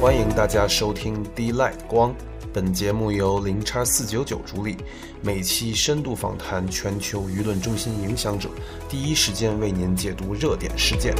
欢迎大家收听 D-Light 光，本节目由0x499主理，每期深度访谈全球舆论中心影响者，第一时间为您解读热点事件。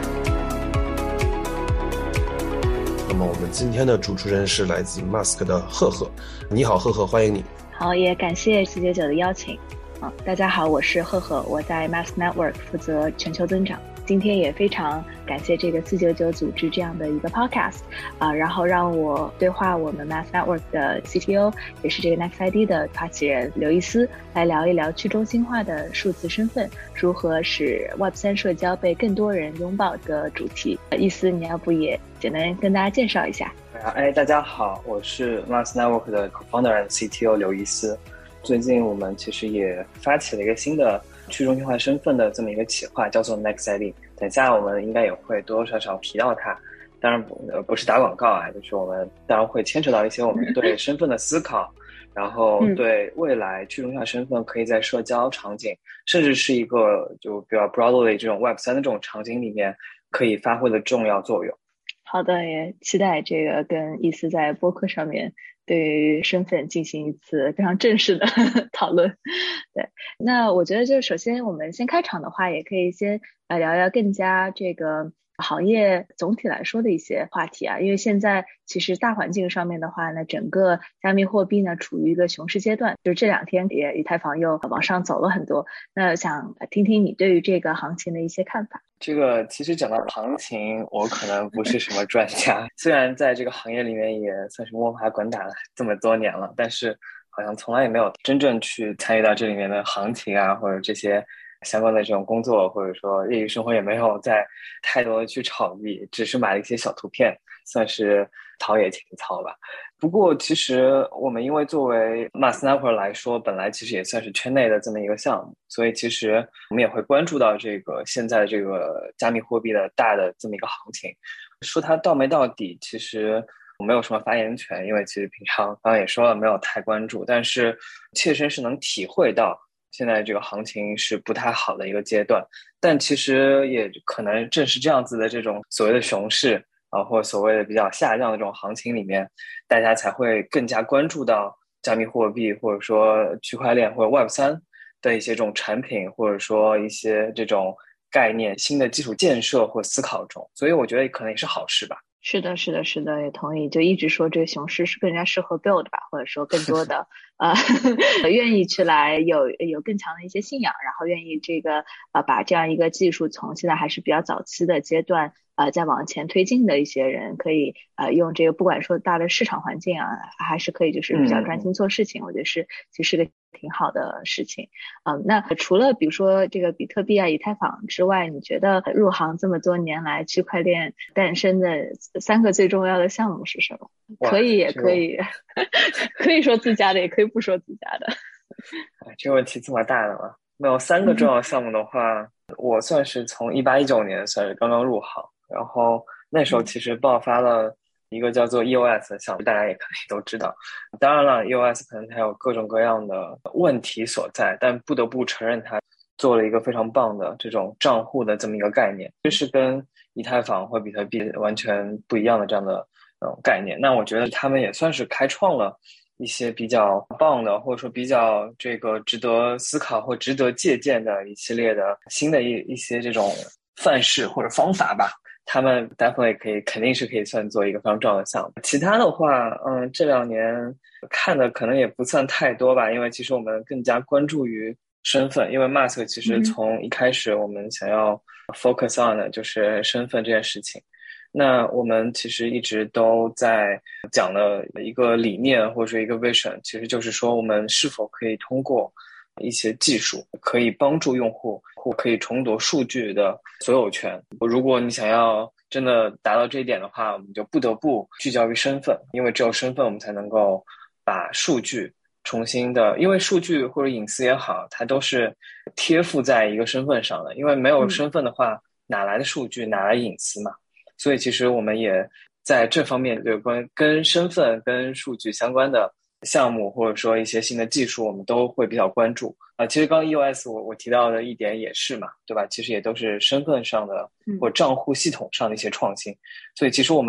那么我们今天的主持人是来自 Mask 的赫赫。你好赫赫，欢迎你。 好，也感谢499的邀请。大家好，我是赫赫，我在 Mask Network 负责全球增长。今天也非常感谢这个499组织这样的一个 podcast 然后让我对话我们 Mask Network 的 CTO， 也是这个 NextID 的发起人刘易斯，来聊一聊去中心化的数字身份如何使 Web3 社交被更多人拥抱的主题。易斯，你要不也简单跟大家介绍一下？ 大家好，我是 Mask Network 的 Co-founder and CTO 刘易斯。最近我们其实也发起了一个新的去中心化身份的这么一个企划，叫做 NextID。等下我们应该也会多多少少提到它，当然不是打广告啊，就是我们当然会牵扯到一些我们对身份的思考，然后对未来去中心化身份可以在社交场景，甚至是一个就比较 broadly 这种 Web3 的这种场景里面可以发挥的重要作用。 好的，也期待这个跟易斯在播客上面对于身份进行一次非常正式的讨论。对，那我觉得就首先我们先开场的话，也可以先聊聊更加这个行业总体来说的一些话题啊，因为现在其实大环境上面的话呢，整个加密货币呢处于一个熊市阶段，就这两天也以太坊又往上走了很多，那想听听你对于这个行情的一些看法。 这个其实讲到行情，我可能不是什么专家，虽然在这个行业里面也算是摸爬滚打了这么多年了，但是好像从来也没有真正去参与到这里面的行情啊，或者这些相关的这种工作，或者说业余生活也没有在太多的去炒币，只是买了一些小图片，算是陶冶情操吧。不过其实我们因为作为 Mask Network 来说，本来其实也算是圈内的这么一个项目，所以其实我们也会关注到这个现在这个加密货币的大的这么一个行情。说它到没到底，其实我没有什么发言权，因为其实平常刚刚也说了没有太关注，但是切身是能体会到现在这个行情是不太好的一个阶段。但其实也可能正是这样子的这种所谓的熊市或所谓的比较下降的这种行情里面，大家才会更加关注到加密货币或者说区块链或者 Web3 的一些这种产品，或者说一些这种概念新的基础建设或思考中，所以我觉得可能也是好事吧。 是的，也同意。就一直说这个熊市是更加适合 build 吧，或者说更多的愿意去来有更强的一些信仰，然后愿意这个把这样一个技术从现在还是比较早期的阶段再往前推进的一些人，可以用这个不管说大的市场环境啊，还是可以就是比较专心做事情，我觉得其实是个挺好的事情。那除了比如说这个比特币啊、以太坊之外，你觉得入行这么多年来区块链诞生的3个最重要的项目是什么？可以也可以可以说自家的，也可以不说自家的。 这个问题这么大的吗？没有3个重要项目的话，我算是从18、19年算是刚刚入行，然后那时候其实爆发了一个叫做 EOS 的项目，大家也可能都知道。当然了 EOS 可能它有各种各样的问题所在，但不得不承认它做了一个非常棒的这种账户的这么一个概念，这是跟以太坊或比特币完全不一样的这样的概念。那我觉得他们也算是开创了一些比较棒的，或者说比较这个值得思考或值得借鉴的一系列的新的一些这种范式或者方法吧。他们 definitely 肯定是可以算作一个非常重要的项目。其他的话，这2年看的可能也不算太多吧，因为其实我们更加关注于身份，因为 Mask 其实从一开始我们想要 focus on 的就是身份这件事情。那我们其实一直都在讲的一个理念或者说一个 vision， 其实就是说我们是否可以通过一些技术可以帮助用户或可以重夺数据的所有权。如果你想要真的达到这一点的话，我们就不得不聚焦于身份，因为只有身份我们才能够把数据重新的，因为数据或者隐私也好，它都是贴附在一个身份上的，因为没有身份的话，哪来的数据，哪来隐私嘛。所以其实我们也在这方面有关跟身份跟数据相关的项目或者说一些新的技术，我们都会比较关注其实刚刚 EOS 我提到的一点也是嘛，对吧？其实也都是身份上的或账户系统上的一些创新。所以其实我们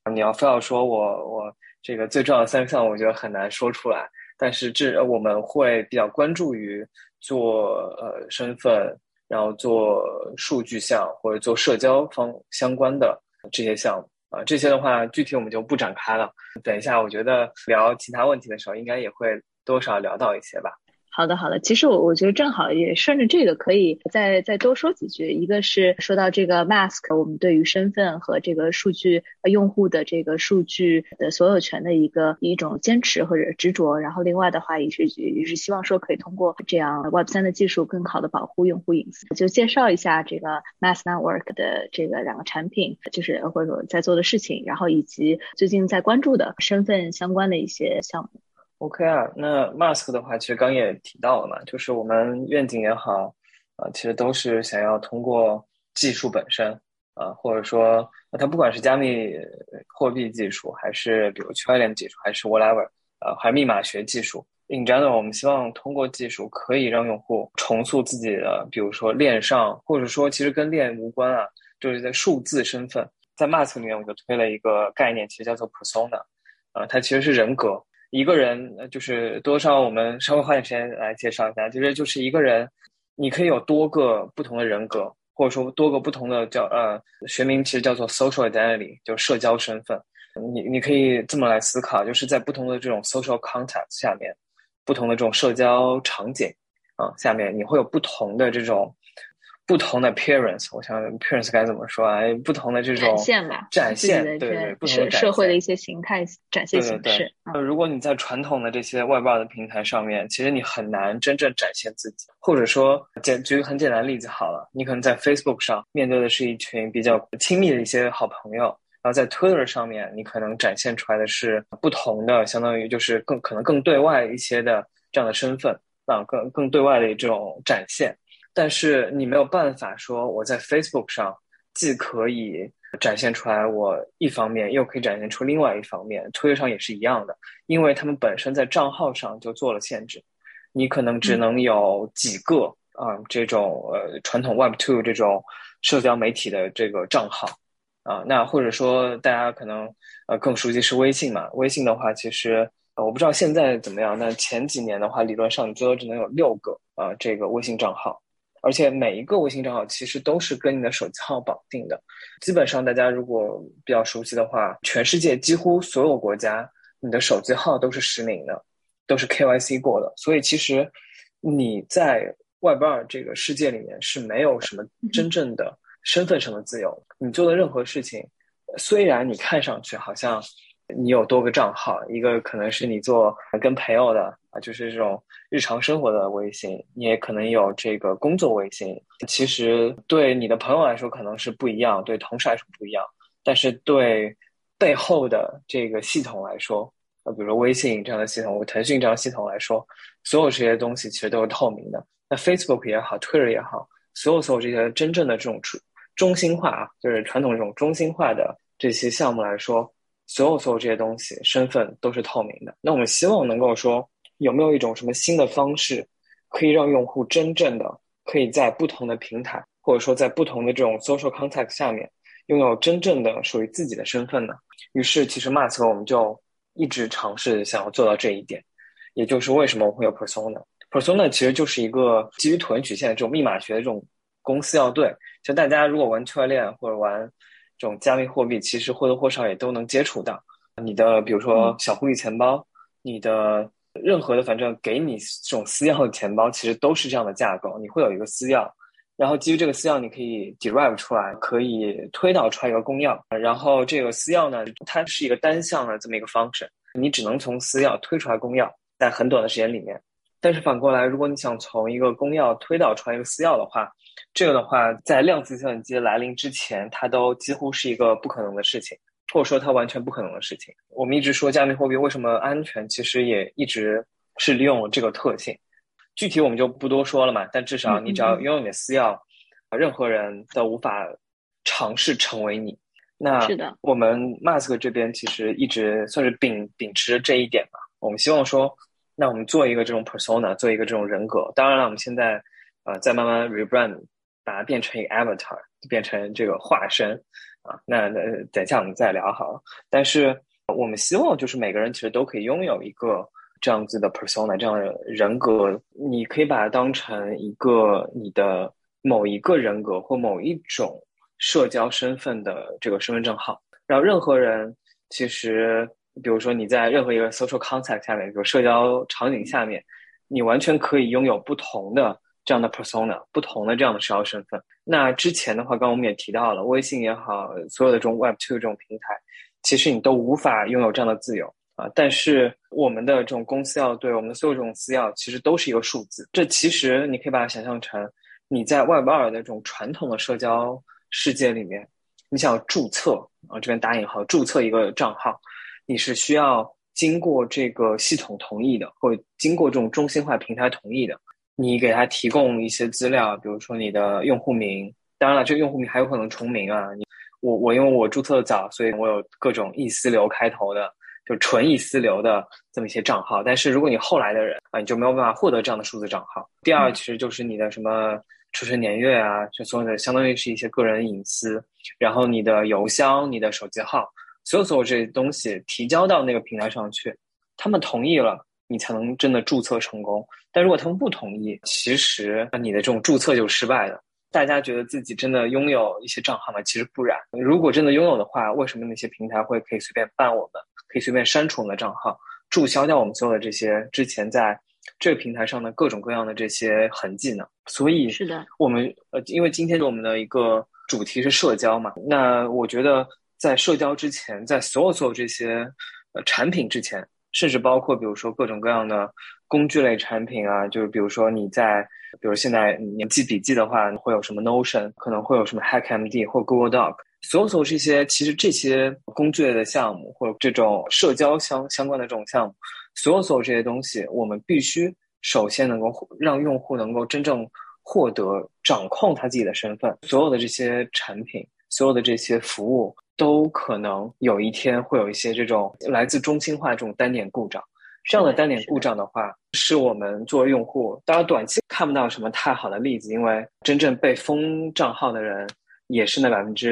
你要非要说我这个最重要的3个项目，我觉得很难说出来。但是我们会比较关注于做身份，然后做数据项或者做社交方相关的这些项目这些的话具体我们就不展开了。等一下，我觉得聊其他问题的时候，应该也会多少聊到一些吧。 好的，好的。其实我觉得正好也顺着这个可以再多说几句。一个是说到这个 Mask， 我们对于身份和这个数据用户的这个数据的所有权的一种坚持或者执着。然后另外的话也是希望说可以通过这样 Web3 的技术更好的保护用户隐私。就介绍一下这个 Mask Network 的这个2个产品，就是或者说在做的事情，然后以及最近在关注的身份相关的一些项目。 OK 啊，那 Mask 的话，其实刚也提到了嘛，就是我们愿景也好，其实都是想要通过技术本身，或者说它不管是加密货币技术，还是比如区块链技术，还是 whatever，还是密码学技术，in general，我们希望通过技术可以让用户重塑自己的，比如说链上，或者说其实跟链无关啊，就是在数字身份。在 Mask 里面，我就推了一个概念，其实叫做 persona，它其实是人格。一个人就是多少，我们稍微花点时间来介绍一下，就是一个人，你可以有多个不同的人格，或者说多个不同的学名其实叫做 social identity， 就社交身份。你可以这么来思考，就是在不同的这种 social context 下面，不同的这种社交场景下面，你会有不同的这种不同的 appearance， 我想 appearance 该怎么说啊？不同的这种展现吧， 展现，对，不同的展现社会的一些形态展现形式。 对，如果你在传统的这些外包的平台上面，其实你很难真正展现自己，或者说举个很简单的例子好了，你可能在 Facebook 上面对的是一群比较亲密的一些好朋友，然后在 Twitter 上面，你可能展现出来的是不同的，相当于就是可能更对外一些的这样的身份更对外的这种展现。但是你没有办法说我在 Facebook 上既可以展现出来我一方面，又可以展现出另外一方面。推特上也是一样的，因为他们本身在账号上就做了限制，你可能只能有几个这种传统 Web2 这种社交媒体的这个账号那或者说大家可能更熟悉是微信嘛。微信的话，其实我不知道现在怎么样，那前几年的话，理论上你最多只能有6个这个微信账号。而且每一个微信账号其实都是跟你的手机号绑定的。基本上大家如果比较熟悉的话，全世界几乎所有国家，你的手机号都是实名的，都是 KYC 过的。所以其实你在 Web2 这个世界里面是没有什么真正的身份上的自由。你做的任何事情，虽然你看上去好像你有多个账号，一个可能是你做跟朋友的就是这种日常生活的微信，你也可能有这个工作微信。其实对你的朋友来说可能是不一样，对同事来说不一样，但是对背后的这个系统来说比如说微信这样的系统，腾讯这样的系统来说，所有这些东西其实都是透明的。那 Facebook 也好 Twitter 也好，所有这些真正的这种中心化就是传统这种中心化的这些项目来说，所有这些东西身份都是透明的。那我们希望能够说，有没有一种什么新的方式可以让用户真正的可以在不同的平台，或者说在不同的这种 social context 下面拥有真正的属于自己的身份呢？于是其实 Mask 我们就一直尝试想要做到这一点，也就是为什么我会有 persona。persona 其实就是一个基于椭圆曲线的这种密码学的这种公司要对，就大家如果玩区块链或者玩这种加密货币，其实或多或少也都能接触到。你的比如说小狐狸钱包，你的任何的反正给你这种私钥的钱包，其实都是这样的架构。你会有一个私钥，然后基于这个私钥，你可以 derive 出来，可以推导出来一个公钥。然后这个私钥呢，它是一个单向的这么一个 function， 你只能从私钥推出来公钥，在很短的时间里面。但是反过来，如果你想从一个公钥推导出来一个私钥的话，这个的话在量子计算机来临之前，它都几乎是一个不可能的事情，或者说它完全不可能的事情。我们一直说加密货币为什么安全，其实也一直是利用这个特性。具体我们就不多说了嘛，但至少你只要拥有你的私钥，任何人都无法尝试成为你。那是的， 我们 Mask 这边其实一直算是秉持着这一点吧。我们希望说，那我们做一个这种 persona， 做一个这种人格。当然了，我们现在在慢慢 rebrand， 把它变成一个 avatar， 变成这个化身那等一下我们再聊好了。但是我们希望就是每个人其实都可以拥有一个这样子的 persona， 这样的人格，你可以把它当成一个你的某一个人格或某一种社交身份的这个身份证号。然后任何人其实比如说你在任何一个 social context 下面，比如社交场景下面，你完全可以拥有不同的这样的 persona， 不同的这样的社交身份。那之前的话，刚刚我们也提到了，微信也好，所有的这种 Web2 这种平台，其实你都无法拥有这样的自由但是我们的这种公司要对我们的所有这种私钥，其实都是一个数字。这其实你可以把它想象成你在 Web2 的这种传统的社交世界里面，你想要注册这边打引号注册一个账号，你是需要经过这个系统同意的，或者经过这种中心化平台同意的。你给他提供一些资料，比如说你的用户名，当然了，这个用户名还有可能重名我因为我注册的早，所以我有各种易私流开头的，就纯易私流的这么一些账号。但是如果你后来的人你就没有办法获得这样的数字账号。第二，其实就是你的什么出生年月就所有的相当于是一些个人隐私，然后你的邮箱、你的手机号，所有这些东西提交到那个平台上去，他们同意了，你才能真的注册成功。但如果他们不同意，其实你的这种注册就失败了。大家觉得自己真的拥有一些账号吗？其实不然。如果真的拥有的话，为什么那些平台可以随便办我们，可以随便删除我们的账号，注销掉我们所有的这些之前在这个平台上的各种各样的这些痕迹呢？所以是的， 我们因为今天我们的一个主题是社交嘛，那我觉得在社交之前，在所有这些产品之前，甚至包括比如说各种各样的工具类产品就是比如说比如现在你记笔记的话，会有什么 Notion， 可能会有什么 HackMD 或 Google Doc， 所有这些其实这些工具类的项目或者这种社交相关的这种项目，所有这些东西，我们必须首先能够让用户能够真正获得掌控他自己的身份。所有的这些产品，所有的这些服务，都可能有一天会有一些这种来自中心化这种单点故障。这样的单点故障的话，是我们作为用户，当然短期看不到什么太好的例子，因为真正被封账号的人也是那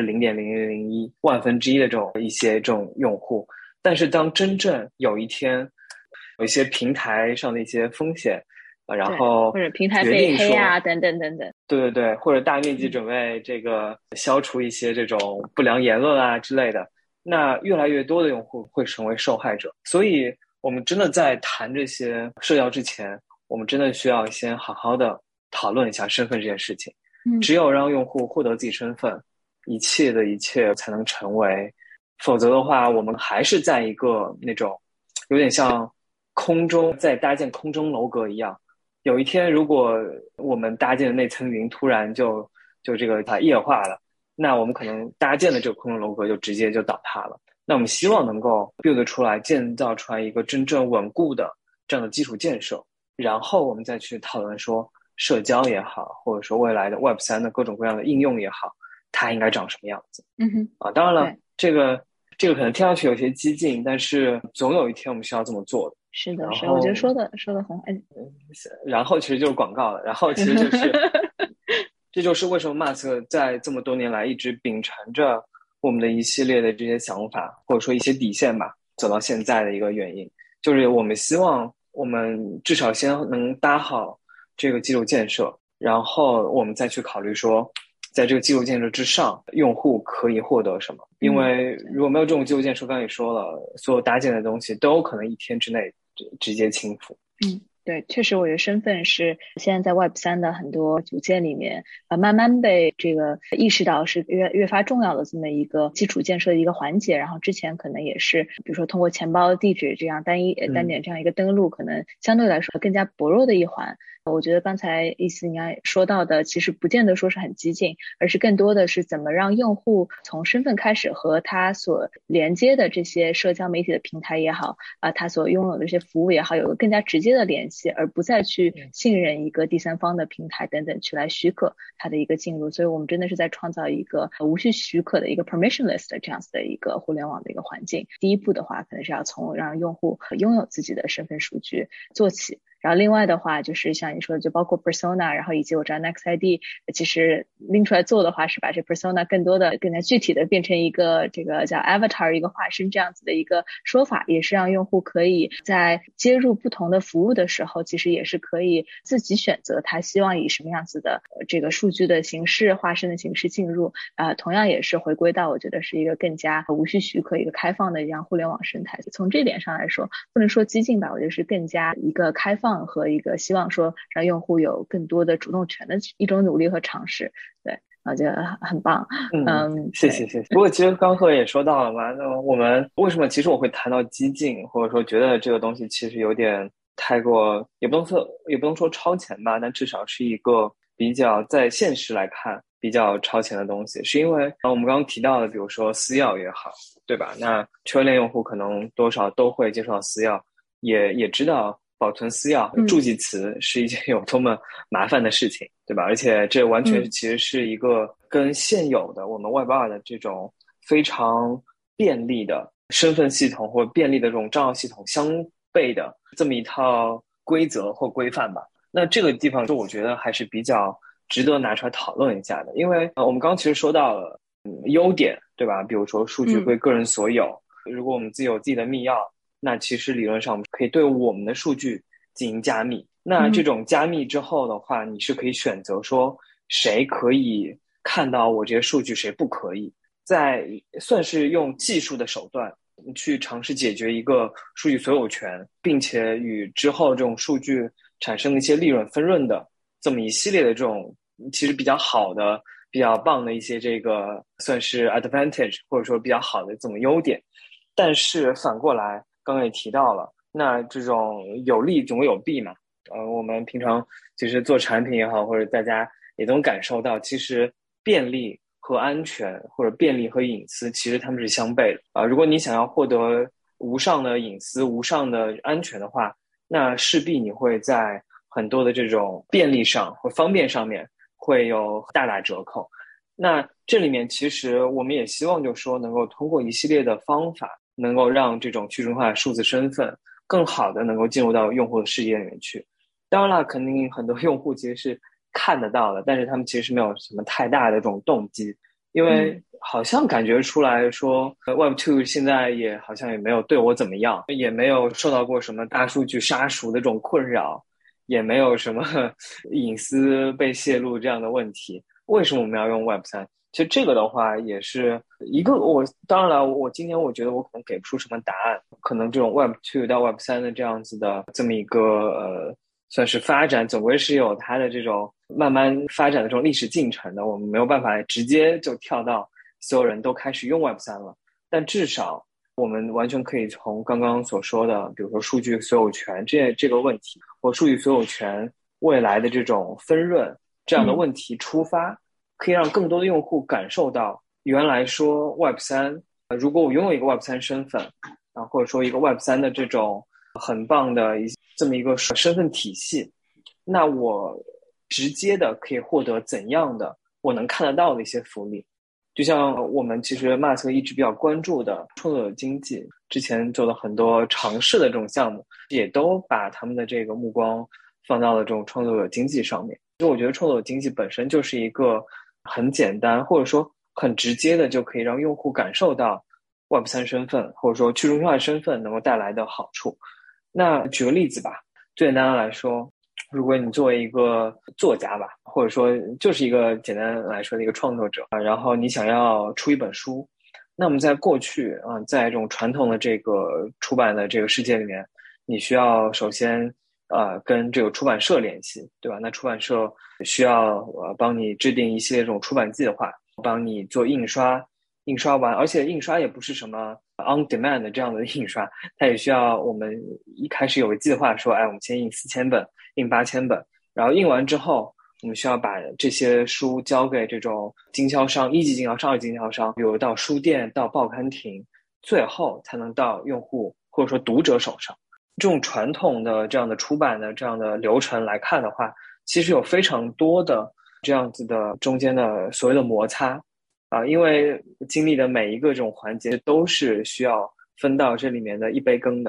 0.0001万分之一的一些这种用户。但是当真正有一天有一些平台上的一些风险然后或者平台被黑等等等等， 对，或者大面积准备这个消除一些这种不良言论之类的，那越来越多的用户会成为受害者。所以我们真的在谈这些社交之前，我们真的需要先好好的讨论一下身份这件事情。只有让用户获得自己身份，一切的一切才能成为，否则的话，我们还是在一个那种有点像空中在搭建空中楼阁一样。有一天，如果我们搭建的那层云突然就这个液化了，那我们可能搭建的这个空中楼阁就直接就倒塌了。那我们希望能够 build 出来，建造出来一个真正稳固的这样的基础建设，然后我们再去讨论说社交也好，或者说未来的 Web3 的各种各样的应用也好，它应该长什么样子。当然了，这个可能听上去有些激进，但是总有一天我们需要这么做的。 是的，是的，我觉得说的很好。 然后其实就是广告了，然后其实就是这就是为什么 Musk 在这么多年来一直秉承着我们的一系列的这些想法，或者说一些底线吧，走到现在的一个原因，就是我们希望我们至少先能搭好这个基础建设，然后我们再去考虑说，在这个基础建设之上，用户可以获得什么。因为如果没有这种基础建设，刚才也说了，所有搭建的东西都有可能一天之内直接倾覆。 对，确实我觉得身份是现在在 Web3 的很多组件里面慢慢被这个意识到是越发重要的这么一个基础建设的一个环节。然后之前可能也是比如说通过钱包地址这样单点这样一个登录，可能相对来说更加薄弱的一环。我觉得刚才意思应该说到的，其实不见得说是很激进，而是更多的是怎么让用户从身份开始和他所连接的这些社交媒体的平台也好他所拥有的这些服务也好，有个更加直接的联系，而不再去信任一个第三方的平台等等去来许可它的一个进入。所以我们真的是在创造一个无需许可的一个 permissionless 的这样子的一个互联网的一个环境。第一步的话，可能是要从让用户拥有自己的身份数据做起， 然后另外的话就是像你说的，就包括 persona， 然后以及我知道 NextID 其实拎出来做的话是把这 persona 更加具体的变成一个这个叫 avatar 一个化身这样子的一个说法，也是让用户可以在接入不同的服务的时候，其实也是可以自己选择他希望以什么样子的这个数据的形式化身的形式进入，同样也是回归到我觉得是一个更加无需许可一个开放的一样互联网生态。从这点上来说，不能说激进吧，我觉得是更加一个开放和一个希望说让用户有更多的主动权的一种努力和尝试。对，我觉得很棒。 谢谢。不过其实刚赫也说到了嘛，那我们为什么其实我会谈到激进，或者说觉得这个东西其实有点太过，也不能说超前吧，但至少是一个比较在现实来看比较超前的东西，是因为我们刚刚提到的，比如说私钥也好，对吧？那区块链用户可能多少都会接触到私钥，也知道保存私钥助记词是一件有多么麻烦的事情，对吧？而且这完全其实是一个跟现有的我们 Web2 的这种非常便利的身份系统或便利的这种账号系统相悖的这么一套规则或规范吧。那这个地方就我觉得还是比较值得拿出来讨论一下的，因为我们刚刚其实说到了优点，对吧？比如说数据归个人所有，如果我们自己有自己的密钥，那其实理论上我们可以对我们的数据进行加密。那这种加密之后的话，你是可以选择说谁可以看到我这些数据，谁不可以，在算是用技术的手段去尝试解决一个数据所有权，并且与之后这种数据产生的一些利润分润的这么一系列的这种其实比较好的比较棒的一些这个算是 advantage 或者说比较好的这种优点。但是反过来刚刚也提到了，那这种有利总有弊嘛，我们平常其实做产品也好，或者大家也都能感受到，其实便利和安全或者便利和隐私其实它们是相悖的如果你想要获得无上的隐私无上的安全的话，那势必你会在很多的这种便利上或方便上面会有大打折扣。那这里面其实我们也希望就是说能够通过一系列的方法，能够让这种去中心化数字身份更好的能够进入到用户的视野里面去。当然了，肯定很多用户其实是看得到的，但是他们其实是没有什么太大的这种动机，因为好像感觉出来说Web2 现在也好像也没有对我怎么样，也没有受到过什么大数据杀熟的这种困扰，也没有什么隐私被泄露这样的问题，为什么我们要用 Web3？ 其实这个的话也是一个当然了，我今天我觉得我可能给不出什么答案，可能这种 Web2 到 Web3 的这样子的这么一个算是发展，总归是有它的这种慢慢发展的这种历史进程的，我们没有办法直接就跳到所有人都开始用 Web3 了，但至少我们完全可以从刚刚所说的，比如说数据所有权这个问题，或数据所有权未来的这种分润这样的问题出发，可以让更多的用户感受到，原来说 Web3，如果我拥有一个 Web3 身份或者说一个 Web3 的这种很棒的这么一个身份体系，那我直接的可以获得怎样的我能看得到的一些福利。就像我们其实马斯克一直比较关注的创作者经济，之前做了很多尝试的这种项目，也都把他们的这个目光放到了这种创作者经济上面。就我觉得创作者经济本身就是一个很简单或者说很直接的就可以让用户感受到 Web3 身份或者说去中心化身份能够带来的好处。那举个例子吧，最简单的来说，如果你作为一个作家吧，或者说就是一个简单来说的一个创作者然后你想要出一本书，那么在过去在这种传统的这个出版的这个世界里面，你需要首先跟这个出版社联系，对吧？那出版社需要帮你制定一系列这种出版计划，帮你做印刷完，而且印刷也不是什么 on demand 的这样的印刷，它也需要我们一开始有个计划说，我们先印4000本，印8000本，然后印完之后，我们需要把这些书交给这种经销商，一级经销商、二级经销商，比如到书店、到报刊亭，最后才能到用户或者说读者手上。这种传统的这样的出版的这样的流程来看的话，其实有非常多的这样子的中间的所谓的摩擦因为经历的每一个这种环节都是需要分到这里面的一杯羹的。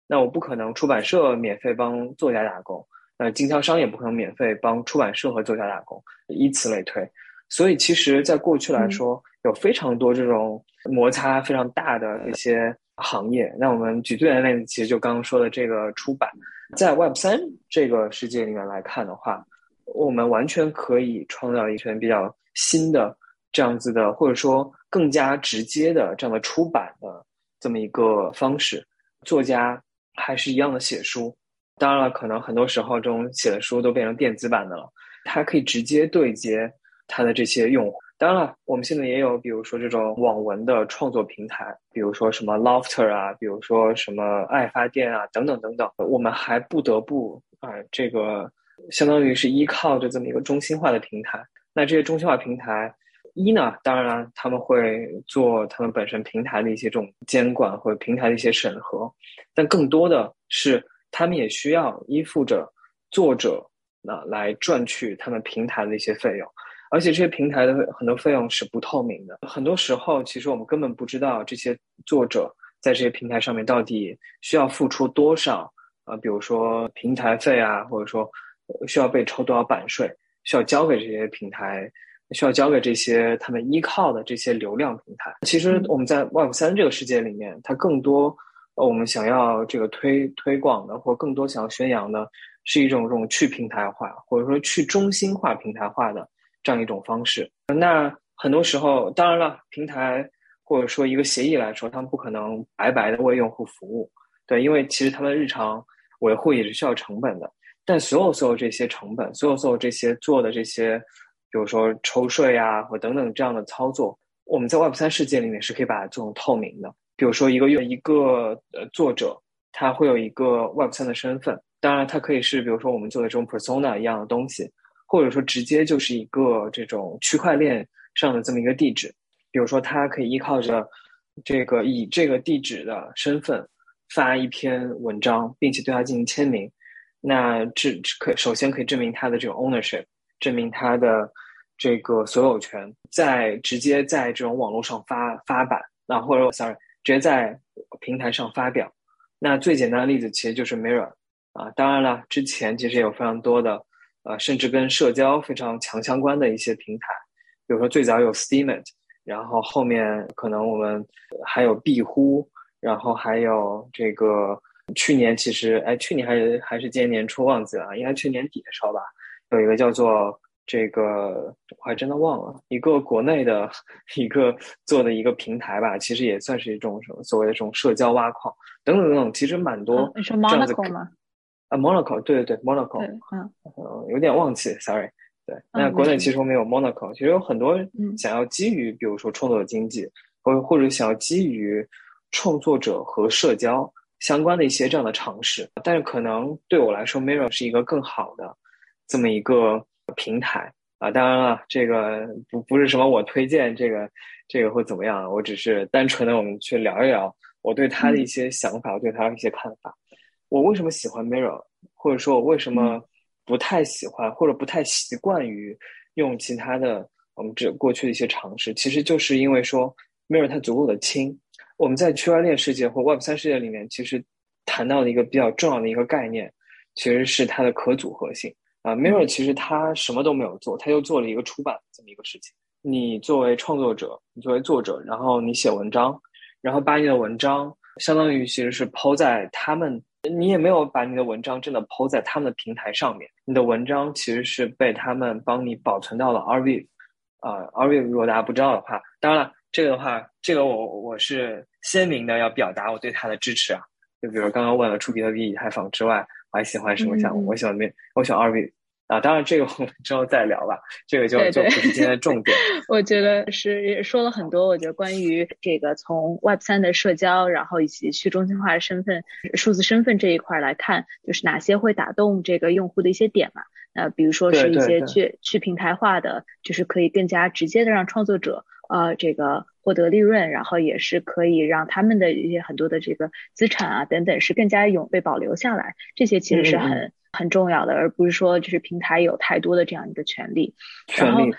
那我不可能出版社免费帮作家打工，经销商也不可能免费帮出版社和作家打工，以此类推。所以其实在过去来说，有非常多这种摩擦非常大的一些行业。那我们举最简单的例子，其实就刚刚说的这个出版，在 Web3 这个世界里面来看的话，我们完全可以创造一圈比较新的这样子的，或者说更加直接的这样的出版的这么一个方式。作家还是一样的写书，当然了，可能很多时候这种写的书都变成电子版的了，它可以直接对接它的这些用户。当然了，我们现在也有比如说这种网文的创作平台，比如说什么 Lofter 啊，比如说什么爱发电啊，等等等等，我们还不得不这个相当于是依靠着这么一个中心化的平台。那这些中心化平台呢，当然他们会做他们本身平台的一些这种监管或者平台的一些审核，但更多的是他们也需要依附着作者来赚取他们平台的一些费用。而且这些平台的很多费用是不透明的，很多时候其实我们根本不知道这些作者在这些平台上面到底需要付出多少比如说平台费啊，或者说需要被抽多少版税，需要交给这些平台，需要交给这些他们依靠的这些流量平台。其实我们在 Web3 这个世界里面，它更多我们想要这个推广的，或更多想要宣扬的是一种这种去平台化，或者说去中心化平台化的这样一种方式。那很多时候当然了，平台或者说一个协议来说，他们不可能白白的为用户服务，对，因为其实他们日常维护也是需要成本的。但所有这些成本，所有这些做的这些比如说抽税啊或等等这样的操作，我们在 Web3 世界里面是可以把它做成透明的。比如说一个作者，他会有一个 Web3 的身份，当然它可以是比如说我们做的这种 persona 一样的东西，或者说直接就是一个这种区块链上的这么一个地址。比如说他可以依靠着以这个地址的身份发一篇文章，并且对它进行签名，那首先可以证明他的这种 ownership， 证明他的这个所有权，直接在这种网络上发版，或者直接在平台上发表。那最简单的例子其实就是 Mirror 当然了，之前其实也有非常多的甚至跟社交非常强相关的一些平台，比如说最早有 Steemit， 然后后面可能我们还有壁呼，然后还有这个去年还是今年年初忘记了，应该去年底的时候吧，有一个叫做这个我还真的忘了，一个国内的一个做的一个平台吧，其实也算是一种所谓的这种社交挖矿等等等等，其实蛮多。 你说 Monaco 吗 ？Monaco， 对 Monaco， 有点忘记 ，sorry。对，那国内其实我们有 Monaco， 其实有很多想要基于比如说创作者经济，或者想要基于创作者和社交相关的一些这样的尝试，但是可能对我来说 Mirror 是一个更好的这么一个平台当然了，这个不是什么我推荐这个会怎么样，我只是单纯的我们去聊一聊我对他的一些想法，对他的一些看法。我为什么喜欢 Mirror， 或者说我为什么不太喜欢或者不太习惯于用其他的我们过去的一些尝试，其实就是因为说 Mirror 它足够的轻。我们在区块链世界或 Web3 世界里面，其实谈到的一个比较重要的一个概念，其实是它的可组合性Mirror 其实它什么都没有做，它又做了一个出版这么一个事情。你作为创作者，你作为作者，然后你写文章，然后把你的文章相当于其实是抛在他们，你也没有把你的文章真的抛在他们的平台上面，你的文章其实是被他们帮你保存到了 Arweave Arweave 如果大家不知道的话，当然了，这个我是鲜明的要表达我对它的支持就比如刚刚问了出比特币、以太坊之外，我还喜欢什么项目？我喜欢 Arweave 当然这个我们之后再聊吧，这个就不是今天的重点。 我觉得是说了很多，我觉得关于这个从 Web3 的社交，然后以及去中心化身份、数字身份这一块来看，就是哪些会打动这个用户的一些点嘛。比如说是一些去平台化的，就是可以更加直接的让创作者这个获得利润，然后也是可以让他们的一些很多的这个资产等等是更加被保留下来，这些其实是很重要的，而不是说就是平台有太多的这样一个权利。 对。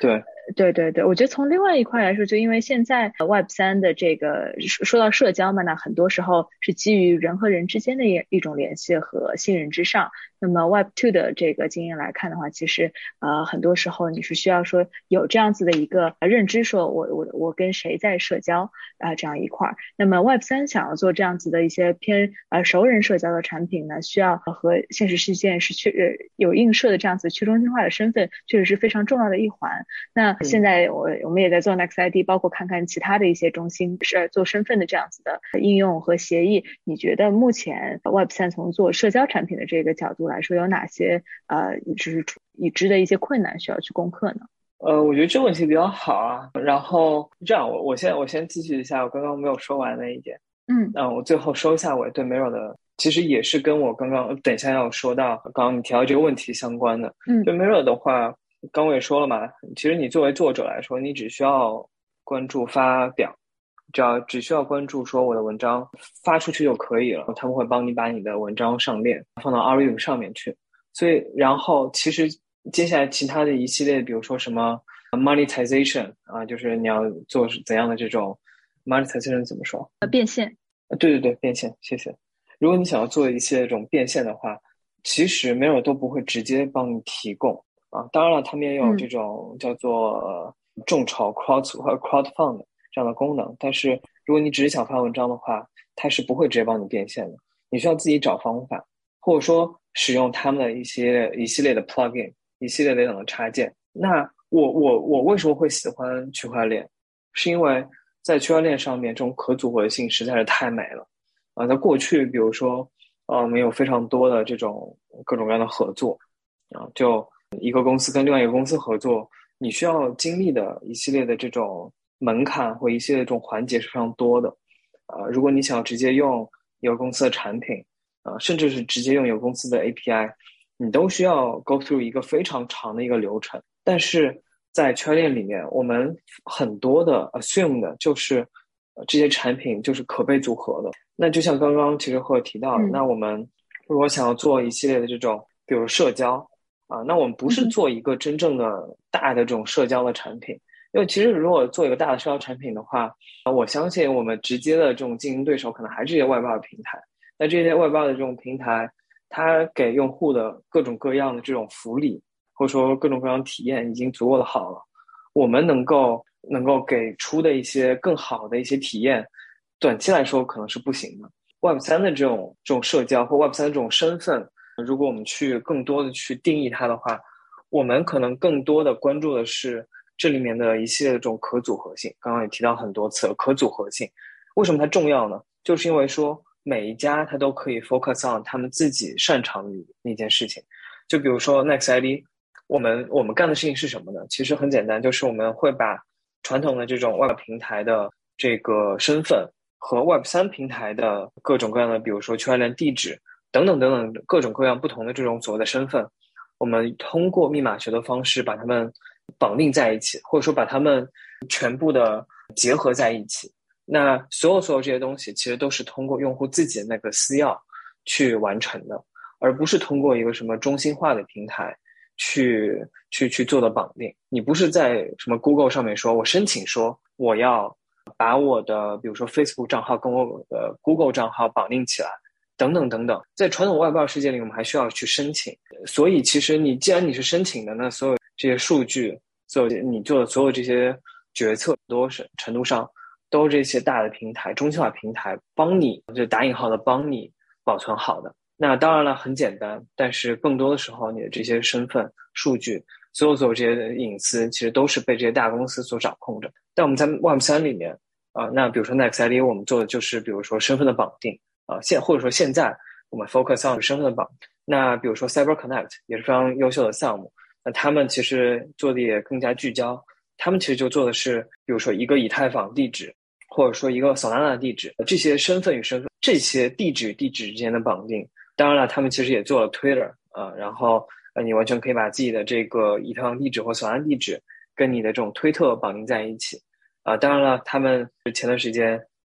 对对对，我觉得从另外一块来说，就因为现在Web3的这个说到社交嘛，那很多时候是基于人和人之间的一种联系和信任之上。那么 Web2的这个经验来看的话，其实很多时候你是需要说有这样子的一个认知，说我跟谁在社交这样一块儿。那么 Web3想要做这样子的一些偏熟人社交的产品呢，需要和现实世界是有映射的这样子去中心化的身份，确实是非常重要的一环。那现在我们也在做 NextID， 包括看看其他的一些中心是做身份的这样子的应用和协议。你觉得目前 Web3从做社交产品的这个角度来说，有哪些就是已知的一些困难需要去攻克呢？ 我觉得这个问题比较好啊。然后这样，我先继续一下我刚刚没有说完的一点。我最后说一下我对 Mirror 的，其实也是跟我刚刚等一下要说到刚刚你提到这个问题相关的。就 Mirror 的话，刚我也说了嘛，其实你作为作者来说，你只需要关注发表，只需要关注说我的文章发出去就可以了，他们会帮你把你的文章上链放到 Review 上面去。所以然后其实接下来其他的一系列，比如说什么 monetization 啊，就是你要做怎样的这种 monetization 怎么说？ 变现。 对对对，变现，谢谢。如果你想要做一些这种变现的话，其实 Mirror 都不会直接帮你提供啊。当然了，他们也有这种叫做众筹 crowdfund 这样的功能，但是如果你只是想发文章的话，它是不会直接帮你变现的。你需要自己找方法，或者说使用他们的一系列的 plugin， 一系列的插件。那我为什么会喜欢区块链？是因为在区块链上面，这种可组合性实在是太美了在过去，比如说我们有非常多的这种各种各样的合作就一个公司跟另外一个公司合作，你需要经历的一系列的这种门槛或一系列的这种环节是非常多的如果你想要直接用一个公司的产品甚至是直接用一个公司的 API， 你都需要 go through 一个非常长的一个流程。但是在区块链里面，我们很多的 assume 的就是这些产品就是可被组合的。那就像刚刚其实会提到那我们如果想要做一系列的这种比如社交那我们不是做一个真正的大的这种社交的产品，因为其实如果做一个大的社交产品的话我相信我们直接的这种竞争对手可能还是这些外包的平台。那这些外包的这种平台，它给用户的各种各样的这种福利或者说各种各样的体验已经足够的好了，我们能够给出的一些更好的一些体验，短期来说可能是不行的。Web3 的这种社交或 Web3 的这种身份，如果我们去更多的去定义它的话，我们可能更多的关注的是这里面的一系列的这种可组合性。刚刚也提到很多次可组合性，为什么它重要呢？就是因为说每一家它都可以 focus on 他们自己擅长于那件事情。就比如说 NextID， 我们干的事情是什么呢？其实很简单，就是我们会把传统的这种 Web 平台的这个身份和 Web3 平台的各种各样的，比如说区块链地址等等等等各种各样不同的这种所谓的身份，我们通过密码学的方式把它们绑定在一起，或者说把它们全部的结合在一起。那所有这些东西其实都是通过用户自己的那个私钥去完成的，而不是通过一个什么中心化的平台去做的绑定。你不是在什么 Google 上面说我申请说我要把我的比如说 Facebook 账号跟我的 Google 账号绑定起来等等等等。在传统外包世界里我们还需要去申请，所以其实既然你是申请的，那所有这些数据，你做的所有这些决策多程度上都是这些大的平台中心化平台帮你，就打引号的帮你保存好的。那当然了很简单，但是更多的时候你的这些身份数据所有这些隐私其实都是被这些大公司所掌控着。但我们在 Web3 里面那比如说 NextID 我们做的就是比如说身份的绑定或者说现在我们 focus on 身份的绑定。那比如说 CyberConnect 也是非常优秀的项目，那他们其实做的也更加聚焦，他们其实就做的是比如说一个以太坊地址或者说一个 Solana 的地址，这些身份与身份，这些地址与地址之间的绑定。当然了他们其实也做了 Twitter然后你完全可以把自己的这个以太坊地址或 Solana 地址跟你的这种推特绑定在一起当然了他们前段时间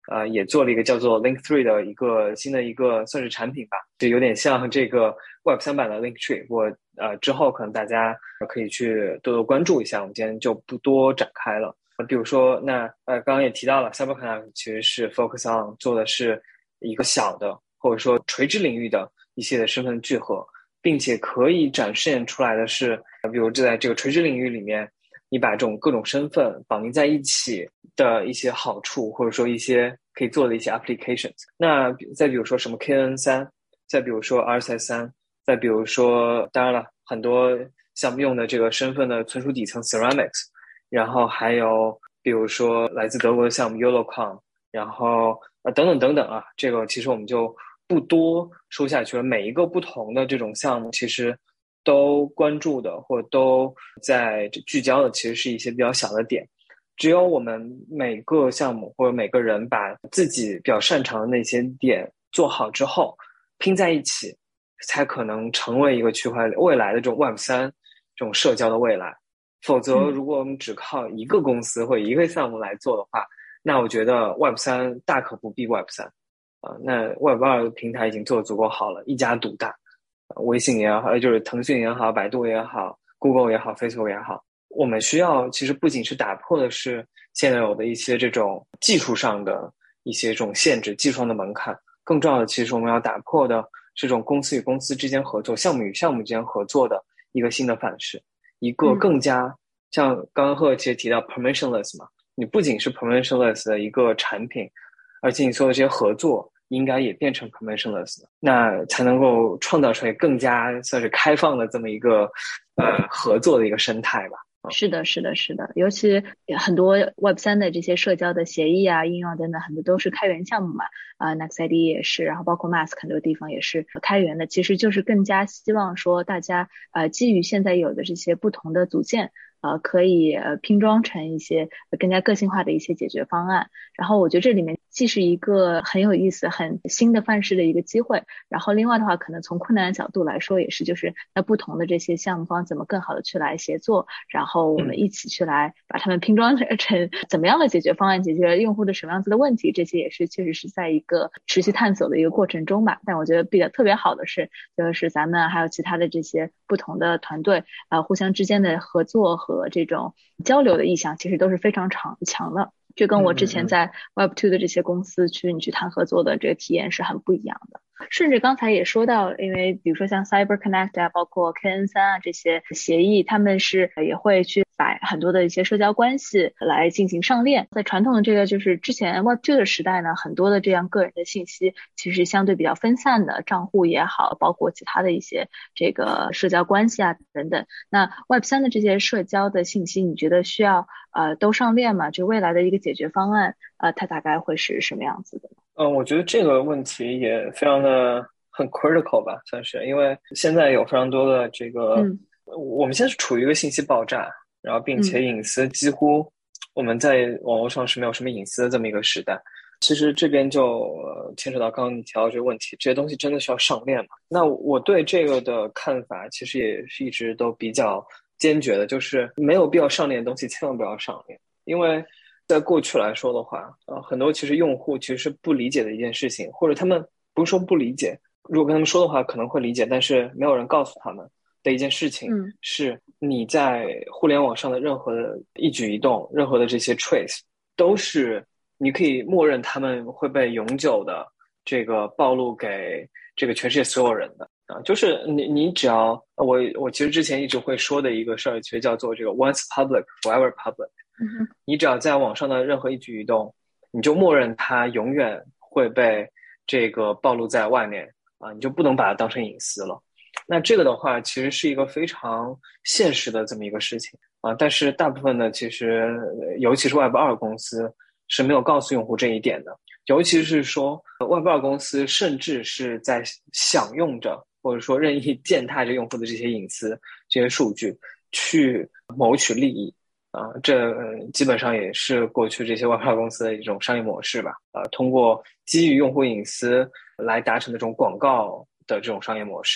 也做了一个叫做 Link3 的一个新的一个算是产品吧，就有点像这个 Web3 版的 Linktree。我之后可能大家可以去多多关注一下，我们今天就不多展开了。比如说刚刚也提到了 CyberConnect 其实是 focus on 做的是一个小的或者说垂直领域的一些的身份聚合，并且可以展现出来的是，比如在这个垂直领域里面，你把这种各种身份绑定在一起的一些好处，或者说一些可以做的一些 applications。那再比如说什么 KN3，再比如说 RSS3，再比如说当然了很多项目用的这个身份的存储底层 Ceramics， 然后还有比如说来自德国的项目 YOLOCOM， 然后等等等等啊，这个其实我们就不多说下去了。每一个不同的这种项目其实都关注的或都在聚焦的其实是一些比较小的点，只有我们每个项目或者每个人把自己比较擅长的那些点做好之后拼在一起，才可能成为一个区块链未来的这种 Web3 这种社交的未来。否则如果我们只靠一个公司或一个项目来做的话，那我觉得 Web3 大可不必 Web3 那 Web2 的平台已经做得足够好了，一家独大，微信也好，就是腾讯也好，百度也好， Google 也好， Facebook 也好。我们需要其实不仅是打破的是现在有的一些这种技术上的一些这种限制，技术上的门槛，更重要的其实我们要打破的是这种公司与公司之间合作，项目与项目之间合作的一个新的范式，一个更加像刚刚赫其实提到 permissionless 嘛，你不仅是 permissionless 的一个产品，而且你所有的这些合作应该也变成 permissionless 的，那才能够创造出来更加算是开放的这么一个合作的一个生态吧。 是的，是的，是的，尤其很多 Web3 的这些社交的协议啊、应用等等，很多都是开源项目嘛，NextID 也是，然后包括 Mask 很多地方也是开源的，其实就是更加希望说大家基于现在有的这些不同的组件可以拼装成一些更加个性化的一些解决方案。然后我觉得这里面既是一个很有意思、很新的范式的一个机会，然后另外的话，可能从困难的角度来说，也是就是那不同的这些项目方怎么更好的去来协作，然后我们一起去来把它们拼装成怎么样的解决方案，解决用户的什么样子的问题，这些也是确实是在一个持续探索的一个过程中吧。但我觉得比较特别好的是，就是咱们还有其他的这些不同的团队互相之间的合作和这种交流的意向其实都是非常强的，这跟我之前在 Web2 的这些公司你去谈合作的这个体验是很不一样的。甚至刚才也说到，因为比如说像 CyberConnect 啊，包括 KN3 啊这些协议，他们是也会去把很多的一些社交关系来进行上链。在传统的这个就是之前 Web2 的时代呢，很多的这样个人的信息其实相对比较分散的，账户也好，包括其他的一些这个社交关系啊等等。那 Web3 的这些社交的信息，你觉得需要都上链吗？就未来的一个解决方案它大概会是什么样子的呢？ 我觉得这个问题也非常的很 critical 吧，算是，因为现在有非常多的这个我们现在是处于一个信息爆炸，然后并且隐私几乎我们在网络上是没有什么隐私的这么一个时代。其实这边就牵扯到刚刚你提到这个问题，这些东西真的需要上链嘛？那我对这个的看法其实也是一直都比较坚决的，就是没有必要上链的东西千万不要上链。因为在过去来说的话很多其实用户其实是不理解的一件事情，或者他们不是说不理解，如果跟他们说的话可能会理解，但是没有人告诉他们的一件事情是，你在互联网上的任何的一举一动，任何的这些 trace 都是你可以默认他们会被永久的这个暴露给这个全世界所有人的就是你只要我其实之前一直会说的一个事儿，其实叫做这个 once public forever public。你只要在网上的任何一举一动，你就默认它永远会被这个暴露在外面你就不能把它当成隐私了。那这个的话其实是一个非常现实的这么一个事情但是大部分的其实尤其是 Web2 公司是没有告诉用户这一点的，尤其是说 Web2 公司甚至是在享用着或者说任意践踏着用户的这些隐私这些数据去谋取利益这基本上也是过去这些外包公司的一种商业模式吧通过基于用户隐私来达成的这种广告的这种商业模式。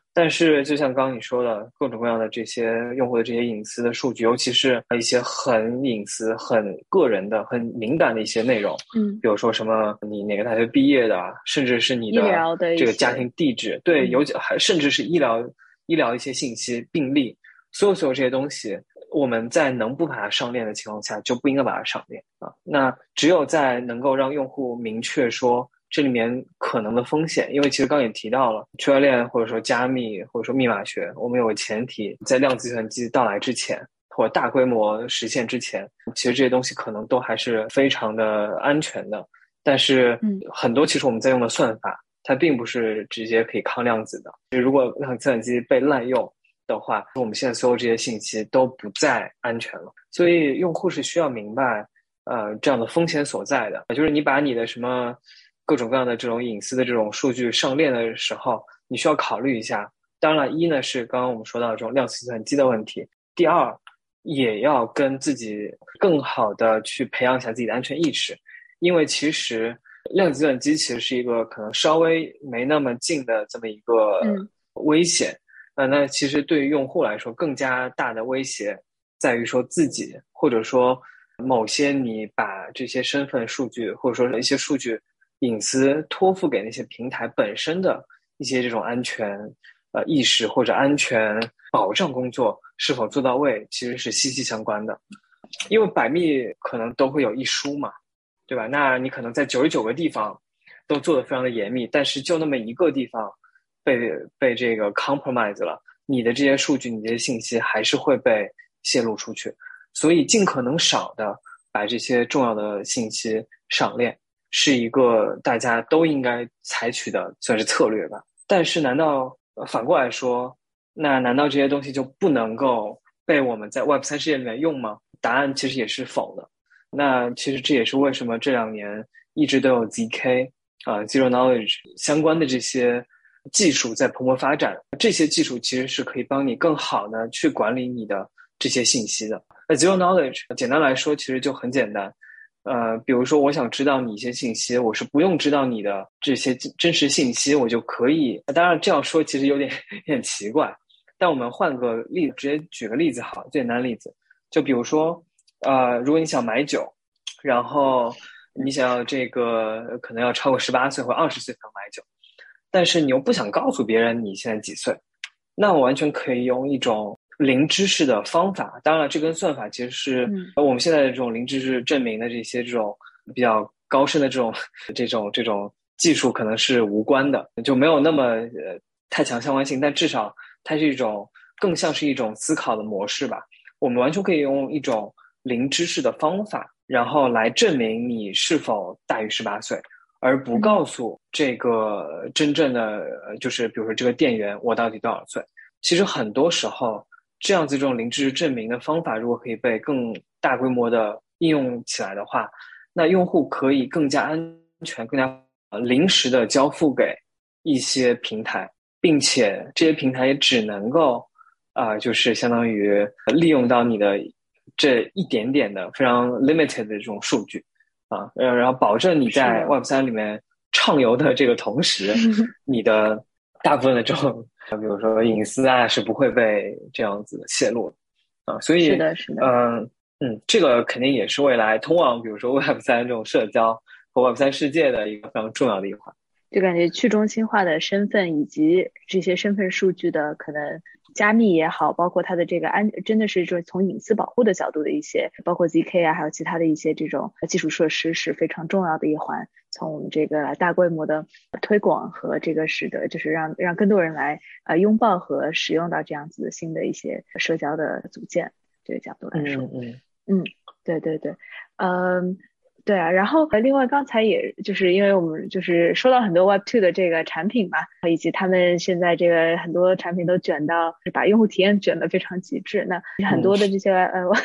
但是就像刚刚你说的，各种各样的这些用户的这些隐私的数据，尤其是一些很隐私、很个人的、很敏感的一些内容，比如说什么你哪个大学毕业的，甚至是你的这个家庭地址，对，尤其还甚至是医疗一些信息、病历，所有这些东西，我们在能不把它上链的情况下，就不应该把它上链啊。那只有在能够让用户明确说这里面可能的风险，因为其实刚刚也提到了区块链或者说加密或者说密码学，我们有个前提，在量子计算机到来之前或者大规模实现之前，其实这些东西可能都还是非常的安全的。但是很多其实我们在用的算法，它并不是直接可以抗量子的。如果量子计算机被滥用的话，我们现在所有这些信息都不再安全了。所以用户是需要明白这样的风险所在的，就是你把你的什么各种各样的这种隐私的这种数据上链的时候，你需要考虑一下。当然一呢是刚刚我们说到的这种量子计算机的问题，第二也要跟自己更好的去培养一下自己的安全意识，因为其实量子计算机其实是一个可能稍微没那么近的这么一个危险。那其实对于用户来说，更加大的威胁在于说自己，或者说某些你把这些身份数据或者说一些数据隐私托付给那些平台本身的一些这种安全意识或者安全保障工作是否做到位，其实是息息相关的。因为百密可能都会有一疏嘛，对吧？那你可能在99个地方都做得非常的严密，但是就那么一个地方被这个 compromise 了，你的这些数据、你这些信息还是会被泄露出去。所以尽可能少的把这些重要的信息上链，是一个大家都应该采取的算是策略吧。但是难道反过来说，那难道这些东西就不能够被我们在 Web3 世界里面用吗？答案其实也是否的。那其实这也是为什么这2年一直都有 ZK Zero Knowledge 相关的这些技术在蓬勃发展。这些技术其实是可以帮你更好的去管理你的这些信息的。Zero Knowledge 简单来说其实就很简单，比如说我想知道你一些信息，我是不用知道你的这些真实信息，我就可以。当然这样说其实有点奇怪，但我们换个例子，直接举个例子好，最简单的例子，就比如说如果你想买酒，然后你想要这个可能要超过18岁或20岁才能买酒，但是你又不想告诉别人你现在几岁，那我完全可以用一种零知识的方法。当然这跟算法其实是我们现在的这种零知识证明的这些这种比较高深的这种技术可能是无关的，就没有那么太强相关性，但至少它是一种更像是一种思考的模式吧。我们完全可以用一种零知识的方法，然后来证明你是否大于18岁，而不告诉这个真正的就是比如说这个店员我到底多少岁。其实很多时候这样子这种零知识证明的方法如果可以被更大规模的应用起来的话，那用户可以更加安全更加临时的交付给一些平台，并且这些平台也只能够就是相当于利用到你的这一点点的非常 limited 的这种数据然后保证你在 Web3 里面畅游的这个同时，你的大部分的这种比如说隐私是不会被这样子泄露的所以是的这个肯定也是未来通往比如说 Web3 这种社交和 Web3 世界的一个非常重要的一环。 就感觉去中心化的身份以及这些身份数据的可能加密也好，包括它的这个真的是从隐私保护的角度的一些，包括 ZK 还有其他的一些这种基础设施是非常重要的一环。从我们这个大规模的推广和这个使得就是让更多人来拥抱和使用到这样子的新的一些社交的组件这个角度来说。对对对，对啊，然后另外刚才也就是因为我们就是说到很多 Web2 的这个产品嘛，以及他们现在这个很多产品都卷到把用户体验卷得非常极致，那很多的这些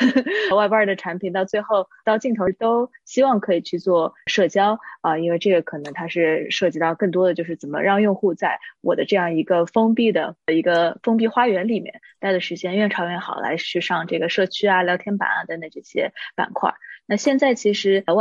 Web2 的产品到最后到尽头都希望可以去做社交因为这个可能它是涉及到更多的就是怎么让用户在我的这样一个封闭花园里面待的时间越长越好，来去上这个社区聊天板等等这些板块。那现在其实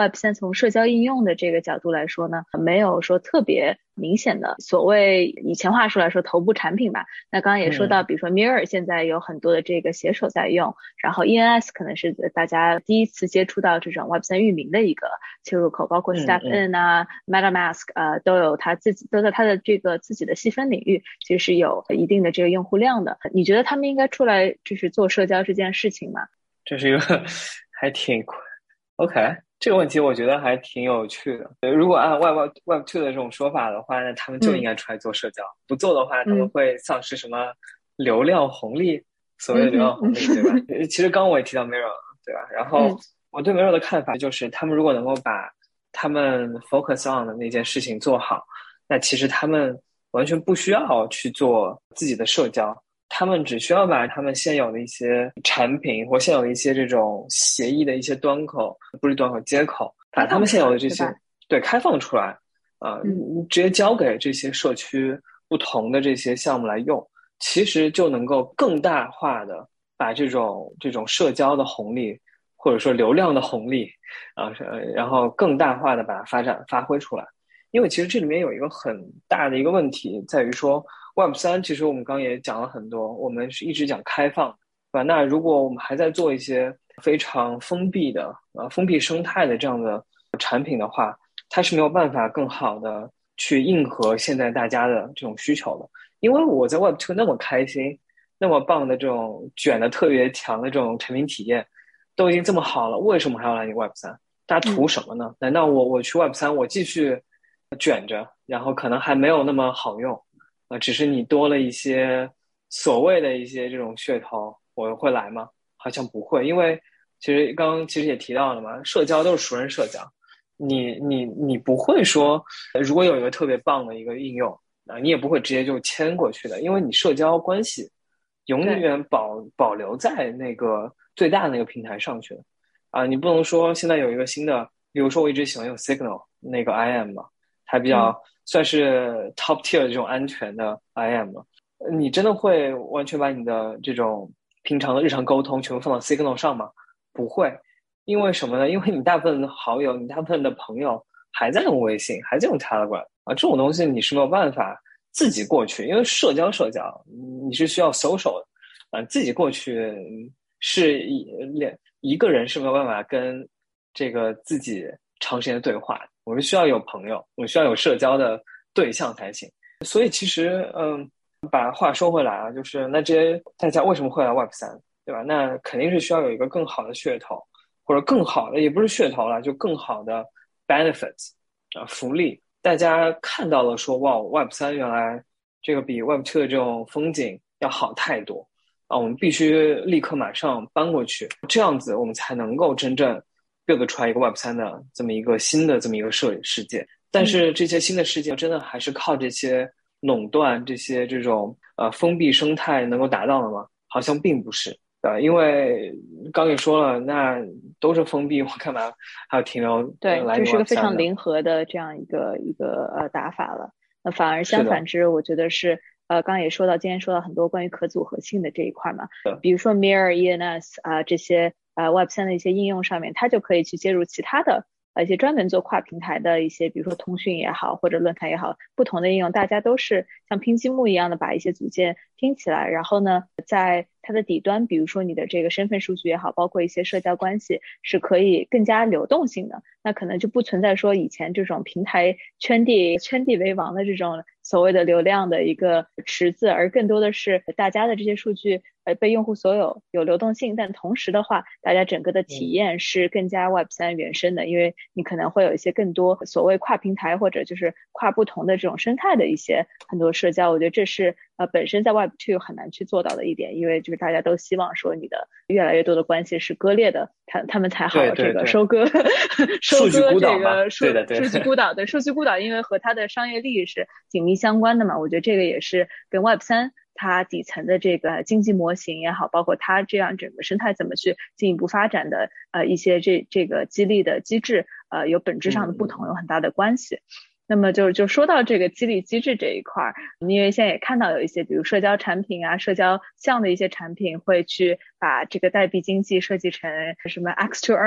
Web3从社交应用的这个角度来说呢，没有说特别明显的所谓以前话说来说头部产品吧。那刚刚也说到，比如说 Mirror 现在有很多的这个写手在用，然后 ENS 可能是大家第一次接触到这种 Web3 域名的一个切入口，包括 StepN 啊、MetaMask 都有都在它的这个自己的细分领域其实是有一定的这个用户量的。你觉得他们应该出来就是做社交这件事情吗？ 这是一个还挺 OK， 这个问题我觉得还挺有趣的。如果按 Web2 的这种说法的话，那他们就应该出来做社交，不做的话他们会丧失什么流量红利，所谓的流量红利，对吧？其实刚刚我也提到 Mirror， 对吧？然后我对 Mirror 的看法就是，他们如果能够把他们 focus on 的那件事情做好，那其实他们完全不需要去做自己的社交，他们只需要把他们现有的一些产品或现有的一些这种协议的一些端口，不是端口，接口，把他们现有的这些对开放出来，直接交给这些社区不同的这些项目来用，其实就能够更大化的把这种社交的红利或者说流量的红利然后更大化的把它发挥出来。因为其实这里面有一个很大的一个问题在于说，Web3 其实我们刚也讲了很多，我们是一直讲开放，对吧？那如果我们还在做一些非常封闭的封闭生态的这样的产品的话，它是没有办法更好的去应和现在大家的这种需求的。因为我在 Web2 那么开心，那么棒的这种卷的特别强的这种产品体验都已经这么好了，为什么还要来你 Web3？ 大家图什么呢？难道我去 Web3 我继续卷着，然后可能还没有那么好用只是你多了一些所谓的一些这种噱头，我会来吗？好像不会，因为其实也提到了嘛，社交都是熟人社交，你不会说如果有一个特别棒的一个应用你也不会直接就签过去的，因为你社交关系永远保留在那个最大的那个平台上去的你不能说现在有一个新的，比如说我一直喜欢用 Signal 那个 IM 嘛，它比较算是 top tier 的这种安全的 IM 嘛，你真的会完全把你的这种平常的日常沟通全部放到 Signal 上吗？不会，因为什么呢？因为你大部分的好友，你大部分的朋友还在用微信，还在用 Telegram 这种东西你是没有办法自己过去，因为社交你是需要 social 的自己过去是一个人是没有办法跟这个自己长时间的对话的，我们需要有朋友，我们需要有社交的对象才行。所以其实把话说回来就是那这些大家为什么会来 Web3， 对吧？那肯定是需要有一个更好的噱头，或者更好的也不是噱头了，就更好的 benefits 福利，大家看到了说哇 Web3 原来这个比 Web2 的这种风景要好太多我们必须立刻马上搬过去，这样子我们才能够真正 build 出来一个 Web3 的这么一个新的这么一个世界。但是这些新的世界真的还是靠这些垄断这些这种封闭生态能够达到的吗？好像并不是因为刚也说了，那都是封闭，我干嘛还要停留对， 这是一个非常零和的这样一个打法了。那反而相反之，我觉得是刚刚也说到，今天说到很多关于可组合性的这一块嘛，比如说 Mirror、ENS 这些Web3 的一些应用上面，它就可以去接入其他的一些专门做跨平台的一些，比如说通讯也好，或者论坛也好，不同的应用，大家都是像拼积木一样的把一些组件拼起来，然后呢，在它的底端，比如说你的这个身份数据也好，包括一些社交关系，是可以更加流动性的。那可能就不存在说以前这种平台圈地为王的这种所谓的流量的一个池子，而更多的是大家的这些数据被用户所有流动性，但同时的话，大家整个的体验是更加 Web3 原生的，因为你可能会有一些更多所谓跨平台或者就是跨不同的这种生态的一些很多社交，我觉得这是本身在 Web2 很难去做到的一点，因为就是大家都希望说你的越来越多的关系是割裂的，他们才好这个收割数据孤岛这个数据孤岛的数据孤岛，因为和它的商业利益是紧密相关的嘛，我觉得这个也是跟 Web3 它底层的这个经济模型也好，包括它这样整个生态怎么去进一步发展的一些这个激励的机制有本质上的不同，有很大的关系。那么就说到这个激励机制这一块，因为现在也看到有一些比如社交产品社交项的一些产品会去把这个代币经济设计成什么 X to Earn，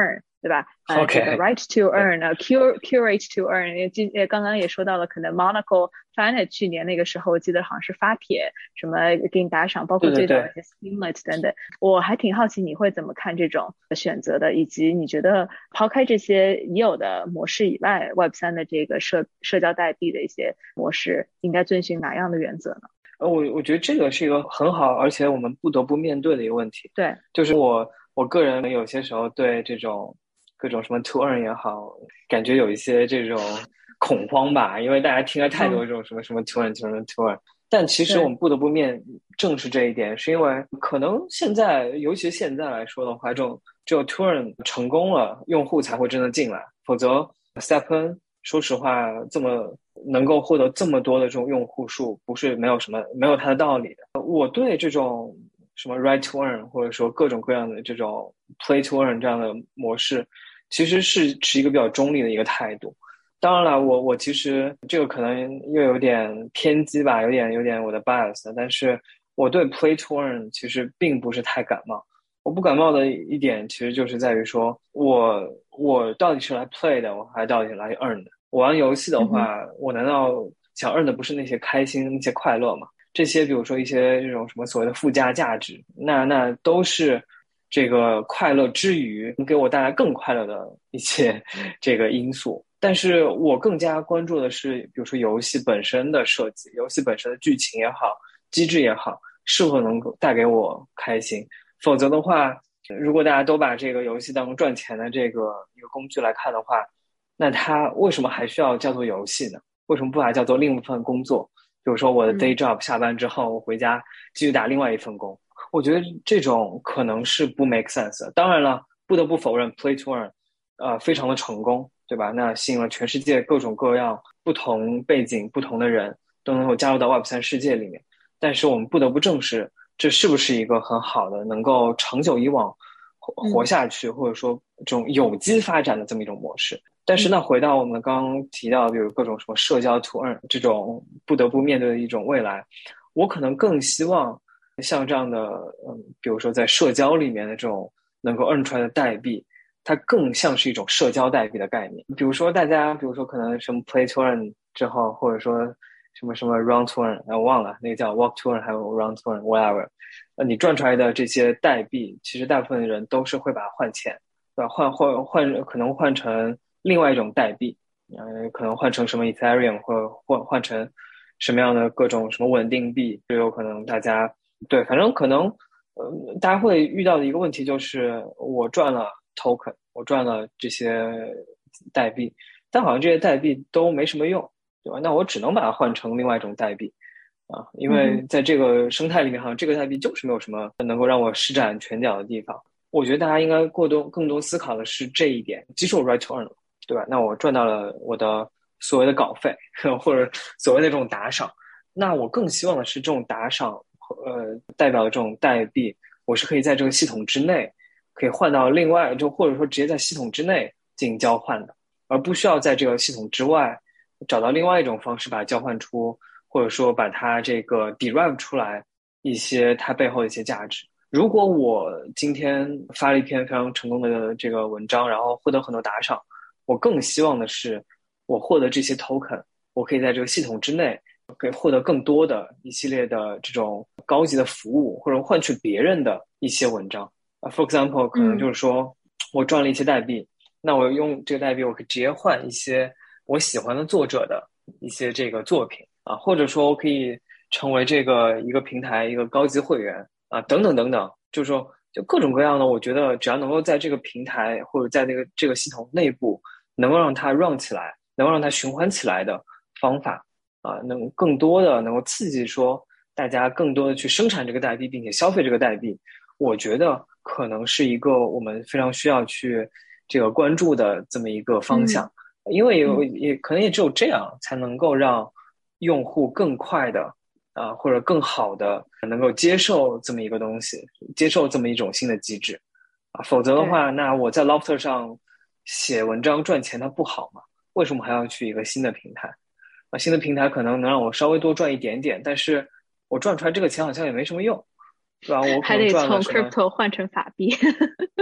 对吧？ OK， 这个 right to earn， curate to earn， 刚刚也说到了，可能 Monaco Planet 去年那个时候，我记得好像是发帖什么给你打赏，包括最早的一些 Steamlet 等等。我还挺好奇你会怎么看这种选择的，以及你觉得抛开这些已有的模式以外 ，Web3 的这个社交代币的一些模式，应该遵循哪样的原则呢？ 我觉得这个是一个很好，而且我们不得不面对的一个问题。 对， 就是我个人有些时候对这种各种什么 to earn 也好，感觉有一些这种恐慌吧，因为大家听了太多这种什么什么 to earn to earn。但其实我们不得不正视这一点，是因为可能现在，尤其现在来说的话，只有 to earn 成功了，用户才会真的进来，否则 StepN 说实话，这么能够获得这么多的这种用户数，不是没有它的道理的。我对这种什么 right to earn 或者说各种各样的这种 play to earn 这样的模式，其实是持一个比较中立的一个态度。当然了，我其实这个可能又有点偏激吧，有点我的 bias， 但是我对 play to earn 其实并不是太感冒。我不感冒的一点其实就是在于说，我到底是来 play 的，我还到底是来 earn 的。我玩游戏的话，我难道想 earn 的不是那些开心、那些快乐吗？这些比如说一些这种什么所谓的附加价值，那都是这个快乐之余能给我带来更快乐的一些这个因素。但是我更加关注的是，比如说游戏本身的设计，游戏本身的剧情也好，机制也好，是否能够带给我开心。否则的话，如果大家都把这个游戏当成赚钱的这个一个工具来看的话，那它为什么还需要叫做游戏呢？为什么不把它叫做另一份工作？比如说我的 day job 下班之后，我回家继续打另外一份工。我觉得这种可能是不 make sense 的。当然了，不得不否认 play to earn 非常的成功，对吧？那吸引了全世界各种各样不同背景不同的人都能够加入到 Web3 世界里面。但是我们不得不正视，这是不是一个很好的能够长久以往活下去，或者说这种有机发展的这么一种模式。但是呢，回到我们刚刚提到比如各种什么社交 to earn 这种不得不面对的一种未来，我可能更希望像这样的比如说在社交里面的这种能够 earn 出来的代币，它更像是一种社交代币的概念。比如说大家比如说可能什么 play to earn 之后，或者说什么 run to earn， 我忘了那个叫 walk to earn 还有 run to earn whatever， 你赚出来的这些代币其实大部分的人都是会把它换钱，对吧？可能换成另外一种代币，可能换成什么 Ethereum 或换成什么样的各种什么稳定币，就有可能大家对，反正可能大家会遇到的一个问题就是我赚了 token， 我赚了这些代币，但好像这些代币都没什么用，对吧？那我只能把它换成另外一种代币啊，因为在这个生态里面，好像这个代币就是没有什么能够让我施展拳脚的地方。我觉得大家应该更多思考的是这一点，即使我 right to earn 了，对吧？那我赚到了我的所谓的稿费或者所谓的这种打赏，那我更希望的是这种打赏代表的这种代币，我是可以在这个系统之内可以换到另外，就或者说直接在系统之内进行交换的，而不需要在这个系统之外找到另外一种方式把它交换出，或者说把它这个 derive 出来一些它背后的一些价值。如果我今天发了一篇非常成功的这个文章，然后获得很多打赏，我更希望的是我获得这些 token， 我可以在这个系统之内可以获得更多的一系列的这种高级的服务，或者换取别人的一些文章。For example， 可能就是说我赚了一些代币，那我用这个代币我可以直接换一些我喜欢的作者的一些这个作品啊，或者说我可以成为这个一个平台一个高级会员啊，等等等等，就是说就各种各样的，我觉得只要能够在这个平台或者在这个系统内部能够让它 run 起来，能够让它循环起来的方法啊，能更多的能够刺激说大家更多的去生产这个代币并且消费这个代币，我觉得可能是一个我们非常需要去这个关注的这么一个方向。因为也可能也只有这样才能够让用户更快的或者更好的能够接受这么一个东西，接受这么一种新的机制否则的话，那我在 Lofter 上写文章赚钱它不好吗？为什么还要去一个新的平台新的平台可能能让我稍微多赚一点点，但是我赚出来这个钱好像也没什么用，对吧？我可能赚了还得从 crypto 换成法币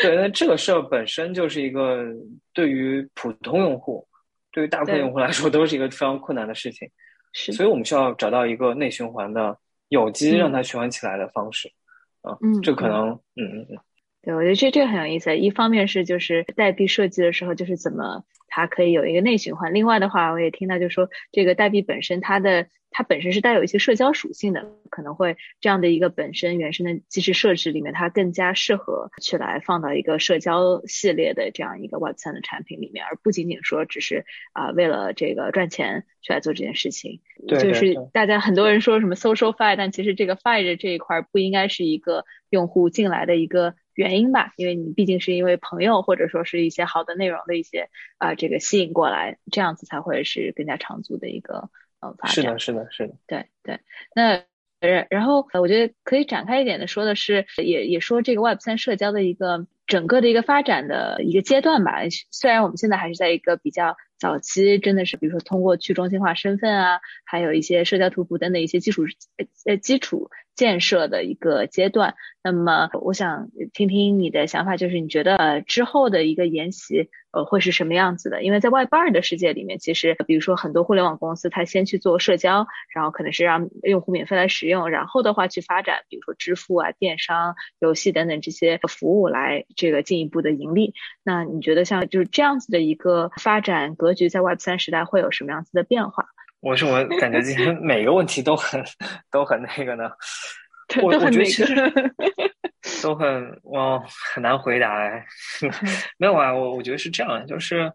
对，那这个事儿本身就是一个对于普通用户，对于大部分用户来说都是一个非常困难的事情，所以我们需要找到一个内循环的有机让它循环起来的方式。这可能对，我觉得这个很有意思。一方面是就是代币设计的时候，就是怎么它可以有一个内循环。另外的话，我也听到就是说，这个代币本身它本身是带有一些社交属性的，可能会这样的一个本身原生的机制设置里面，它更加适合去来放到一个社交系列的这样一个 Web3 的产品里面，而不仅仅说只是为了这个赚钱去来做这件事情。 对， 就是大家很多人说什么 social fi， 但其实这个 fi 的这一块不应该是一个用户进来的一个原因吧，因为你毕竟是因为朋友或者说是一些好的内容的一些这个吸引过来，这样子才会是更加长足的一个发展。 是的。 对。那然后我觉得可以展开一点的说的是，也说这个 Web3 社交的一个整个的一个发展的一个阶段吧。虽然我们现在还是在一个比较早期，真的是比如说通过去中心化身份啊，还有一些社交图谱等等一些基础建设的一个阶段。那么我想听听你的想法，就是你觉得之后的一个沿袭会是什么样子的？因为在 Web2 的世界里面，其实比如说很多互联网公司它先去做社交，然后可能是让用户免费来使用，然后的话去发展比如说支付啊、电商、游戏等等这些服务来这个进一步的盈利。那你觉得像就是这样子的一个发展格局在 Web3 时代会有什么样子的变化？ 我感觉今天每个问题都很那个呢，我觉得其实都很难回答哎。没有啊，我觉得是这样，就是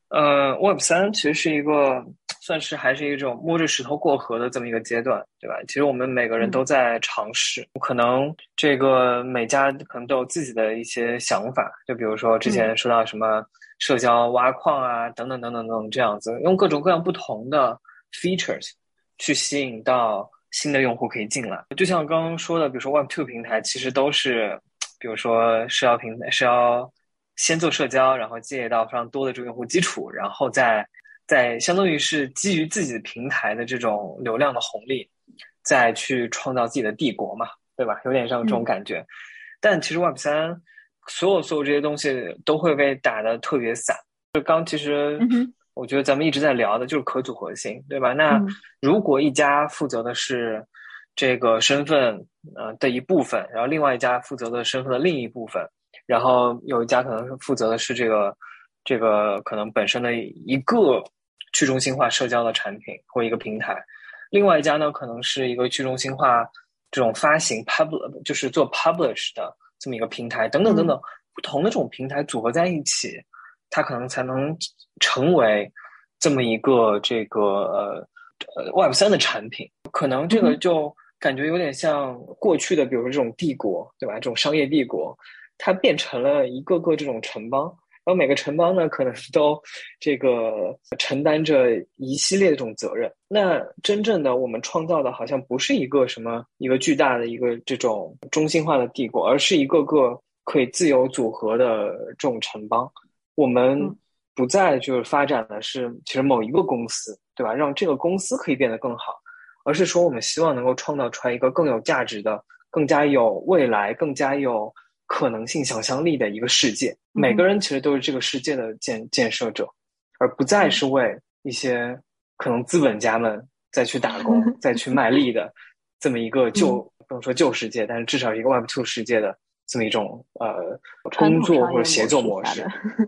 Web3 其实是一个算是还是一种摸着石头过河的这么一个阶段，对吧？其实我们每个人都在尝试，可能这个每家可能都有自己的一些想法，就比如说之前说到什么社交挖矿啊，等等这样子，用各种各样不同的 features 去吸引到新的用户可以进来。就像刚刚说的，比如说 Web2 平台其实都是比如说是要先做社交，然后积累到非常多的这个用户基础，然后再相当于是基于自己的平台的这种流量的红利，再去创造自己的帝国嘛，对吧？有点像这种感觉。但其实 Web3 所有这些东西都会被打得特别散。就刚其实我觉得咱们一直在聊的就是可组合性，对吧？那如果一家负责的是这个身份的一部分，然后另外一家负责的身份的另一部分，然后有一家可能是负责的是这个可能本身的一个去中心化社交的产品或一个平台，另外一家呢可能是一个去中心化这种发行 就是做 publish 的这么一个平台，等等不同的这种平台组合在一起，它可能才能成为这么一个这个Web3 的产品。可能这个就感觉有点像过去的比如说这种帝国，对吧？这种商业帝国它变成了一个个这种城邦，然后每个城邦呢可能都这个承担着一系列的这种责任。那真正的我们创造的好像不是一个巨大的一个这种中心化的帝国，而是一个个可以自由组合的这种城邦。我们不再就是发展的是其实某一个公司，对吧？让这个公司可以变得更好，而是说我们希望能够创造出来一个更有价值的、更加有未来、更加有可能性想象力的一个世界。每个人其实都是这个世界的建设者，而不再是为一些可能资本家们再去打工再去卖力的这么一个不能说旧世界，但是至少一个 Web2 世界的这么一种工作或者协作模式。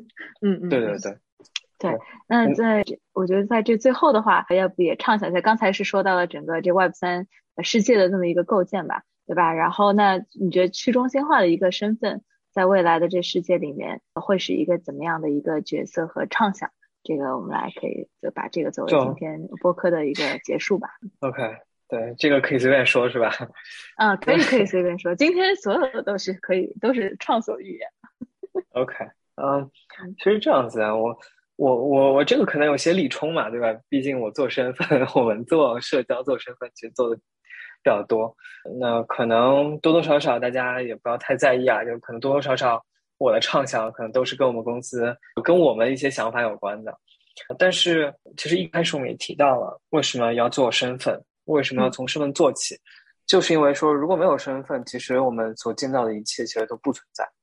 对。 那我觉得在这最后的话，要不也畅想一下，刚才是说到了整个这 Web3 世界的这么一个构建吧，对吧？然后那你觉得去中心化的一个身份在未来的这世界里面会是一个怎么样的一个角色和畅想？这个我们可以就把这个作为今天播客的一个结束吧。 OK， 对，这个可以随便说是吧？ 可以随便说，今天所有的都是畅所欲言。 OK， 其实这样子啊，我这个可能有些力冲嘛，对吧？毕竟我做身份，我们做社交做身份其实做的比较多，那可能多多少少大家也不要太在意啊，就可能多多少少我的畅想可能都是跟我们公司跟我们一些想法有关的。但是其实一开始我们也提到了为什么要做身份，为什么要从身份做起，就是因为说如果没有身份，其实我们所建造的一切其实都不存在。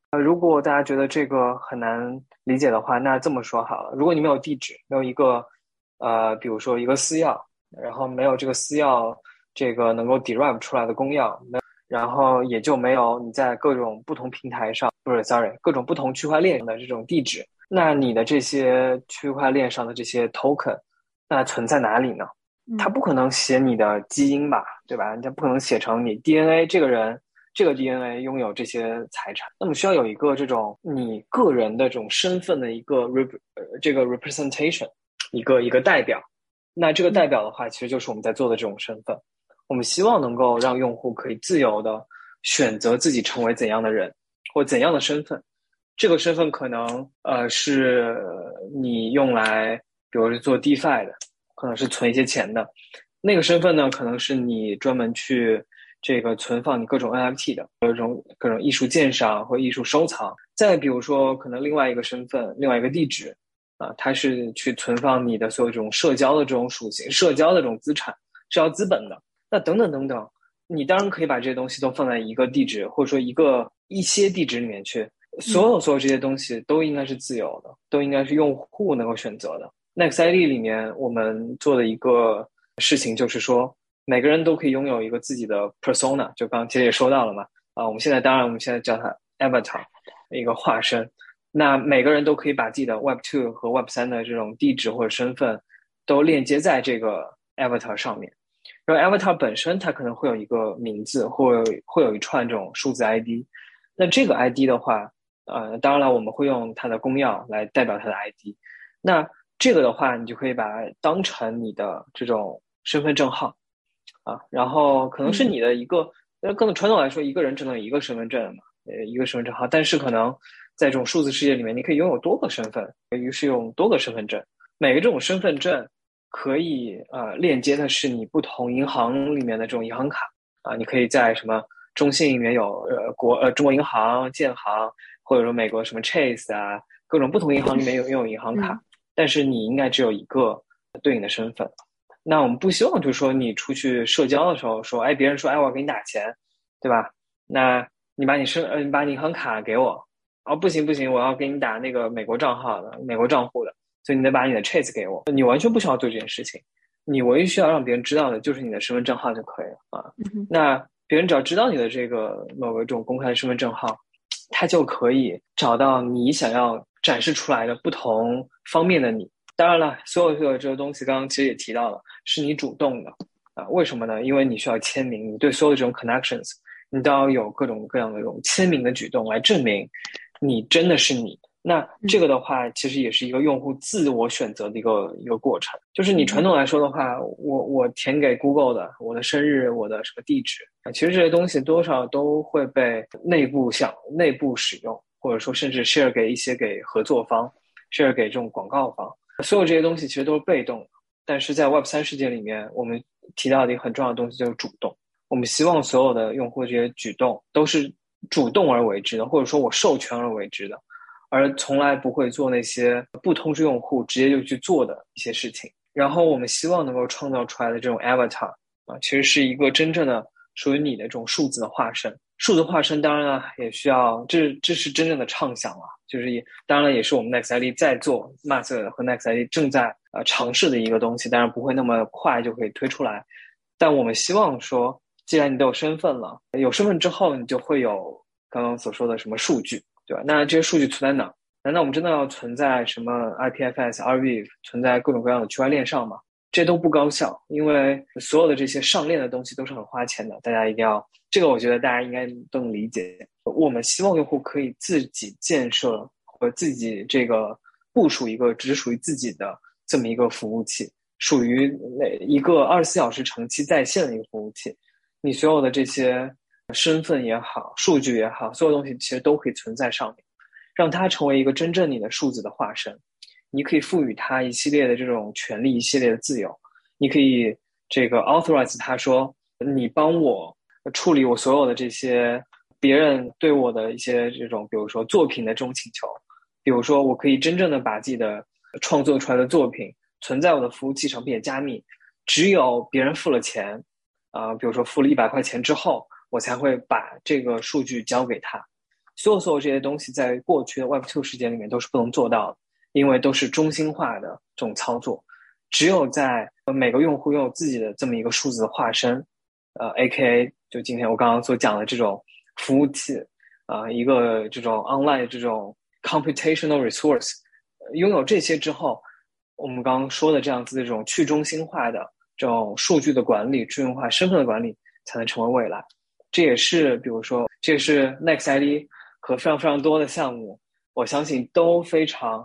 如果大家觉得这个很难理解的话，那这么说好了，如果你没有地址，没有一个比如说一个私钥，然后没有这个私钥这个能够 derive 出来的公钥，然后也就没有你在各种不同平台上，不是 sorry， 各种不同区块链上的这种地址，那你的这些区块链上的这些 token， 那存在哪里呢？它不可能写你的基因吧，对吧？它不可能写成你 DNA 这个人。这个 DNA 拥有这些财产，那么需要有一个这种你个人的这种身份的一个这个 representation， 一个代表。那这个代表的话，其实就是我们在做的这种身份。我们希望能够让用户可以自由的选择自己成为怎样的人或怎样的身份。这个身份可能是你用来，比如是做 DeFi 的，可能是存一些钱的。那个身份呢，可能是你专门去这个存放你各种 NFT 的，各种艺术鉴赏或艺术收藏。再比如说，可能另外一个身份，另外一个地址它是去存放你的所有这种社交的这种属性、社交的这种资产、社交资本的。那等等等等，你当然可以把这些东西都放在一个地址，或者说一些地址里面去。所有这些东西都应该是自由的，都应该是用户能够选择的。NextID 里面我们做的一个事情就是说，每个人都可以拥有一个自己的 persona， 就刚刚其实也说到了嘛，我们现在叫它 avatar， 一个化身。那每个人都可以把自己的 Web2 和 Web3 的这种地址或者身份都链接在这个 avatar 上面。然后 avatar 本身它可能会有一个名字，或会有一串这种数字 ID。那这个 ID 的话，当然了，我们会用它的公钥来代表它的 ID。那这个的话，你就可以把它当成你的这种身份证号然后可能是你的一个，更传统来说，一个人只能有一个身份证嘛，一个身份证号。但是可能在这种数字世界里面，你可以拥有多个身份，于是用多个身份证。每个这种身份证可以链接的是你不同银行里面的这种银行卡你可以在什么中信里面有中国银行、建行，或者说美国什么 Chase 各种不同银行里面拥有银行卡，但是你应该只有一个对应的身份。那我们不希望就是说你出去社交的时候说，别人说我要给你打钱，对吧？那你把你银行卡给我，不行，我要给你打那个美国账号的、美国账户的，所以你得把你的 Chase 给我。你完全不需要做这件事情，你唯一需要让别人知道的就是你的身份证号就可以了那别人只要知道你的这个某个这种公开的身份证号，他就可以找到你想要展示出来的不同方面的你。当然了，所有这个东西刚刚其实也提到了，是你主动的为什么呢？因为你需要签名，你对所有这种 connections， 你都要有各种各样的这种签名的举动来证明你真的是你。那这个的话，其实也是一个用户自我选择的一个过程。就是你传统来说的话，我填给 Google 的我的生日、我的什么地址其实这些东西多少都会被内部使用，或者说甚至 share 给合作方，share 给这种广告方。所有这些东西其实都是被动的，但是在 Web3 世界里面，我们提到的一个很重要的东西就是主动。我们希望所有的用户的这些举动都是主动而为之的，或者说我授权而为之的，而从来不会做那些不通知用户直接就去做的一些事情。然后我们希望能够创造出来的这种 avatar 其实是一个真正的属于你的这种数字的化身。数字化身当然了也需要，这是真正的畅想了，就是当然也是我们 NextID 在做 Max 和 NextID 正在尝试的一个东西，当然不会那么快就可以推出来。但我们希望说，既然你都有身份了，有身份之后你就会有刚刚所说的什么数据，对吧？那这些数据存在哪？难道我们真的要存在什么 IPFS、Arweave 存在各种各样的区块链上吗？这都不高效，因为所有的这些上链的东西都是很花钱的，大家一定要，这个我觉得大家应该都能理解。我们希望用户可以自己建设或自己这个部署一个只属于自己的这么一个服务器，属于一个24小时长期在线的一个服务器。你所有的这些身份也好，数据也好，所有东西其实都可以存在上面，让它成为一个真正你的数字的化身。你可以赋予它一系列的这种权利，一系列的自由。你可以这个 authorize 它说，你帮我处理我所有的这些别人对我的一些这种，比如说作品的这种请求。比如说，我可以真正的把自己的创作出来的作品存在我的服务器上并且加密，只有别人付了钱比如说付了100块钱之后，我才会把这个数据交给他。 所有这些东西在过去的 Web2 世界里面都是不能做到的，因为都是中心化的这种操作。只有在每个用户拥有自己的这么一个数字的化身，AKA 就今天我刚刚所讲的这种服务器，一个这种 online 这种 computational resource， 拥有这些之后，我们刚刚说的这样子的这种去中心化的这种数据的管理、去中心化身份的管理，才能成为未来。这也是比如说，这也是 NextID 和非常非常多的项目，我相信都非常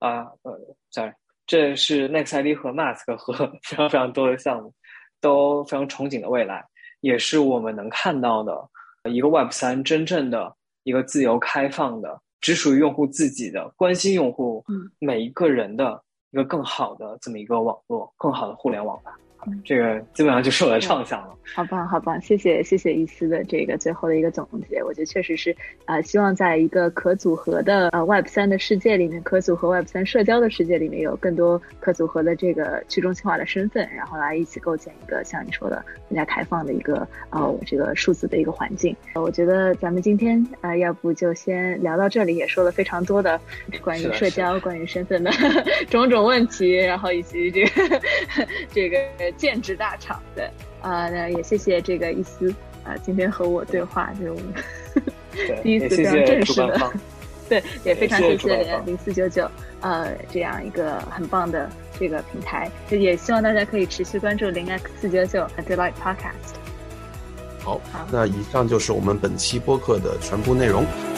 这是 NextID 和 Mask 和非常非常多的项目都非常憧憬的未来，也是我们能看到的一个 Web3 真正的一个自由开放的，只属于用户自己的，关心用户每一个人的一个更好的这么一个网络，更好的互联网吧。这个基本上就是我的畅想了。 好棒好棒，谢谢一思的这个最后的一个总结。我觉得确实是希望在一个可组合的Web3 的世界里面，可组合 Web3 社交的世界里面，有更多可组合的这个去中心化的身份，然后来一起构建一个像你说的更加开放的一个这个数字的一个环境。我觉得咱们今天要不就先聊到这里，也说了非常多的关于社交、关于身份的种种问题，然后以及这个建制大厂。对那也谢谢这个一思今天和我对话，就是我们第一次非常正式的对，也非常谢谢0499这样一个很棒的这个平台，也希望大家可以持续关注 0x499 Delight Podcast。 好，那以上就是我们本期播客的全部内容。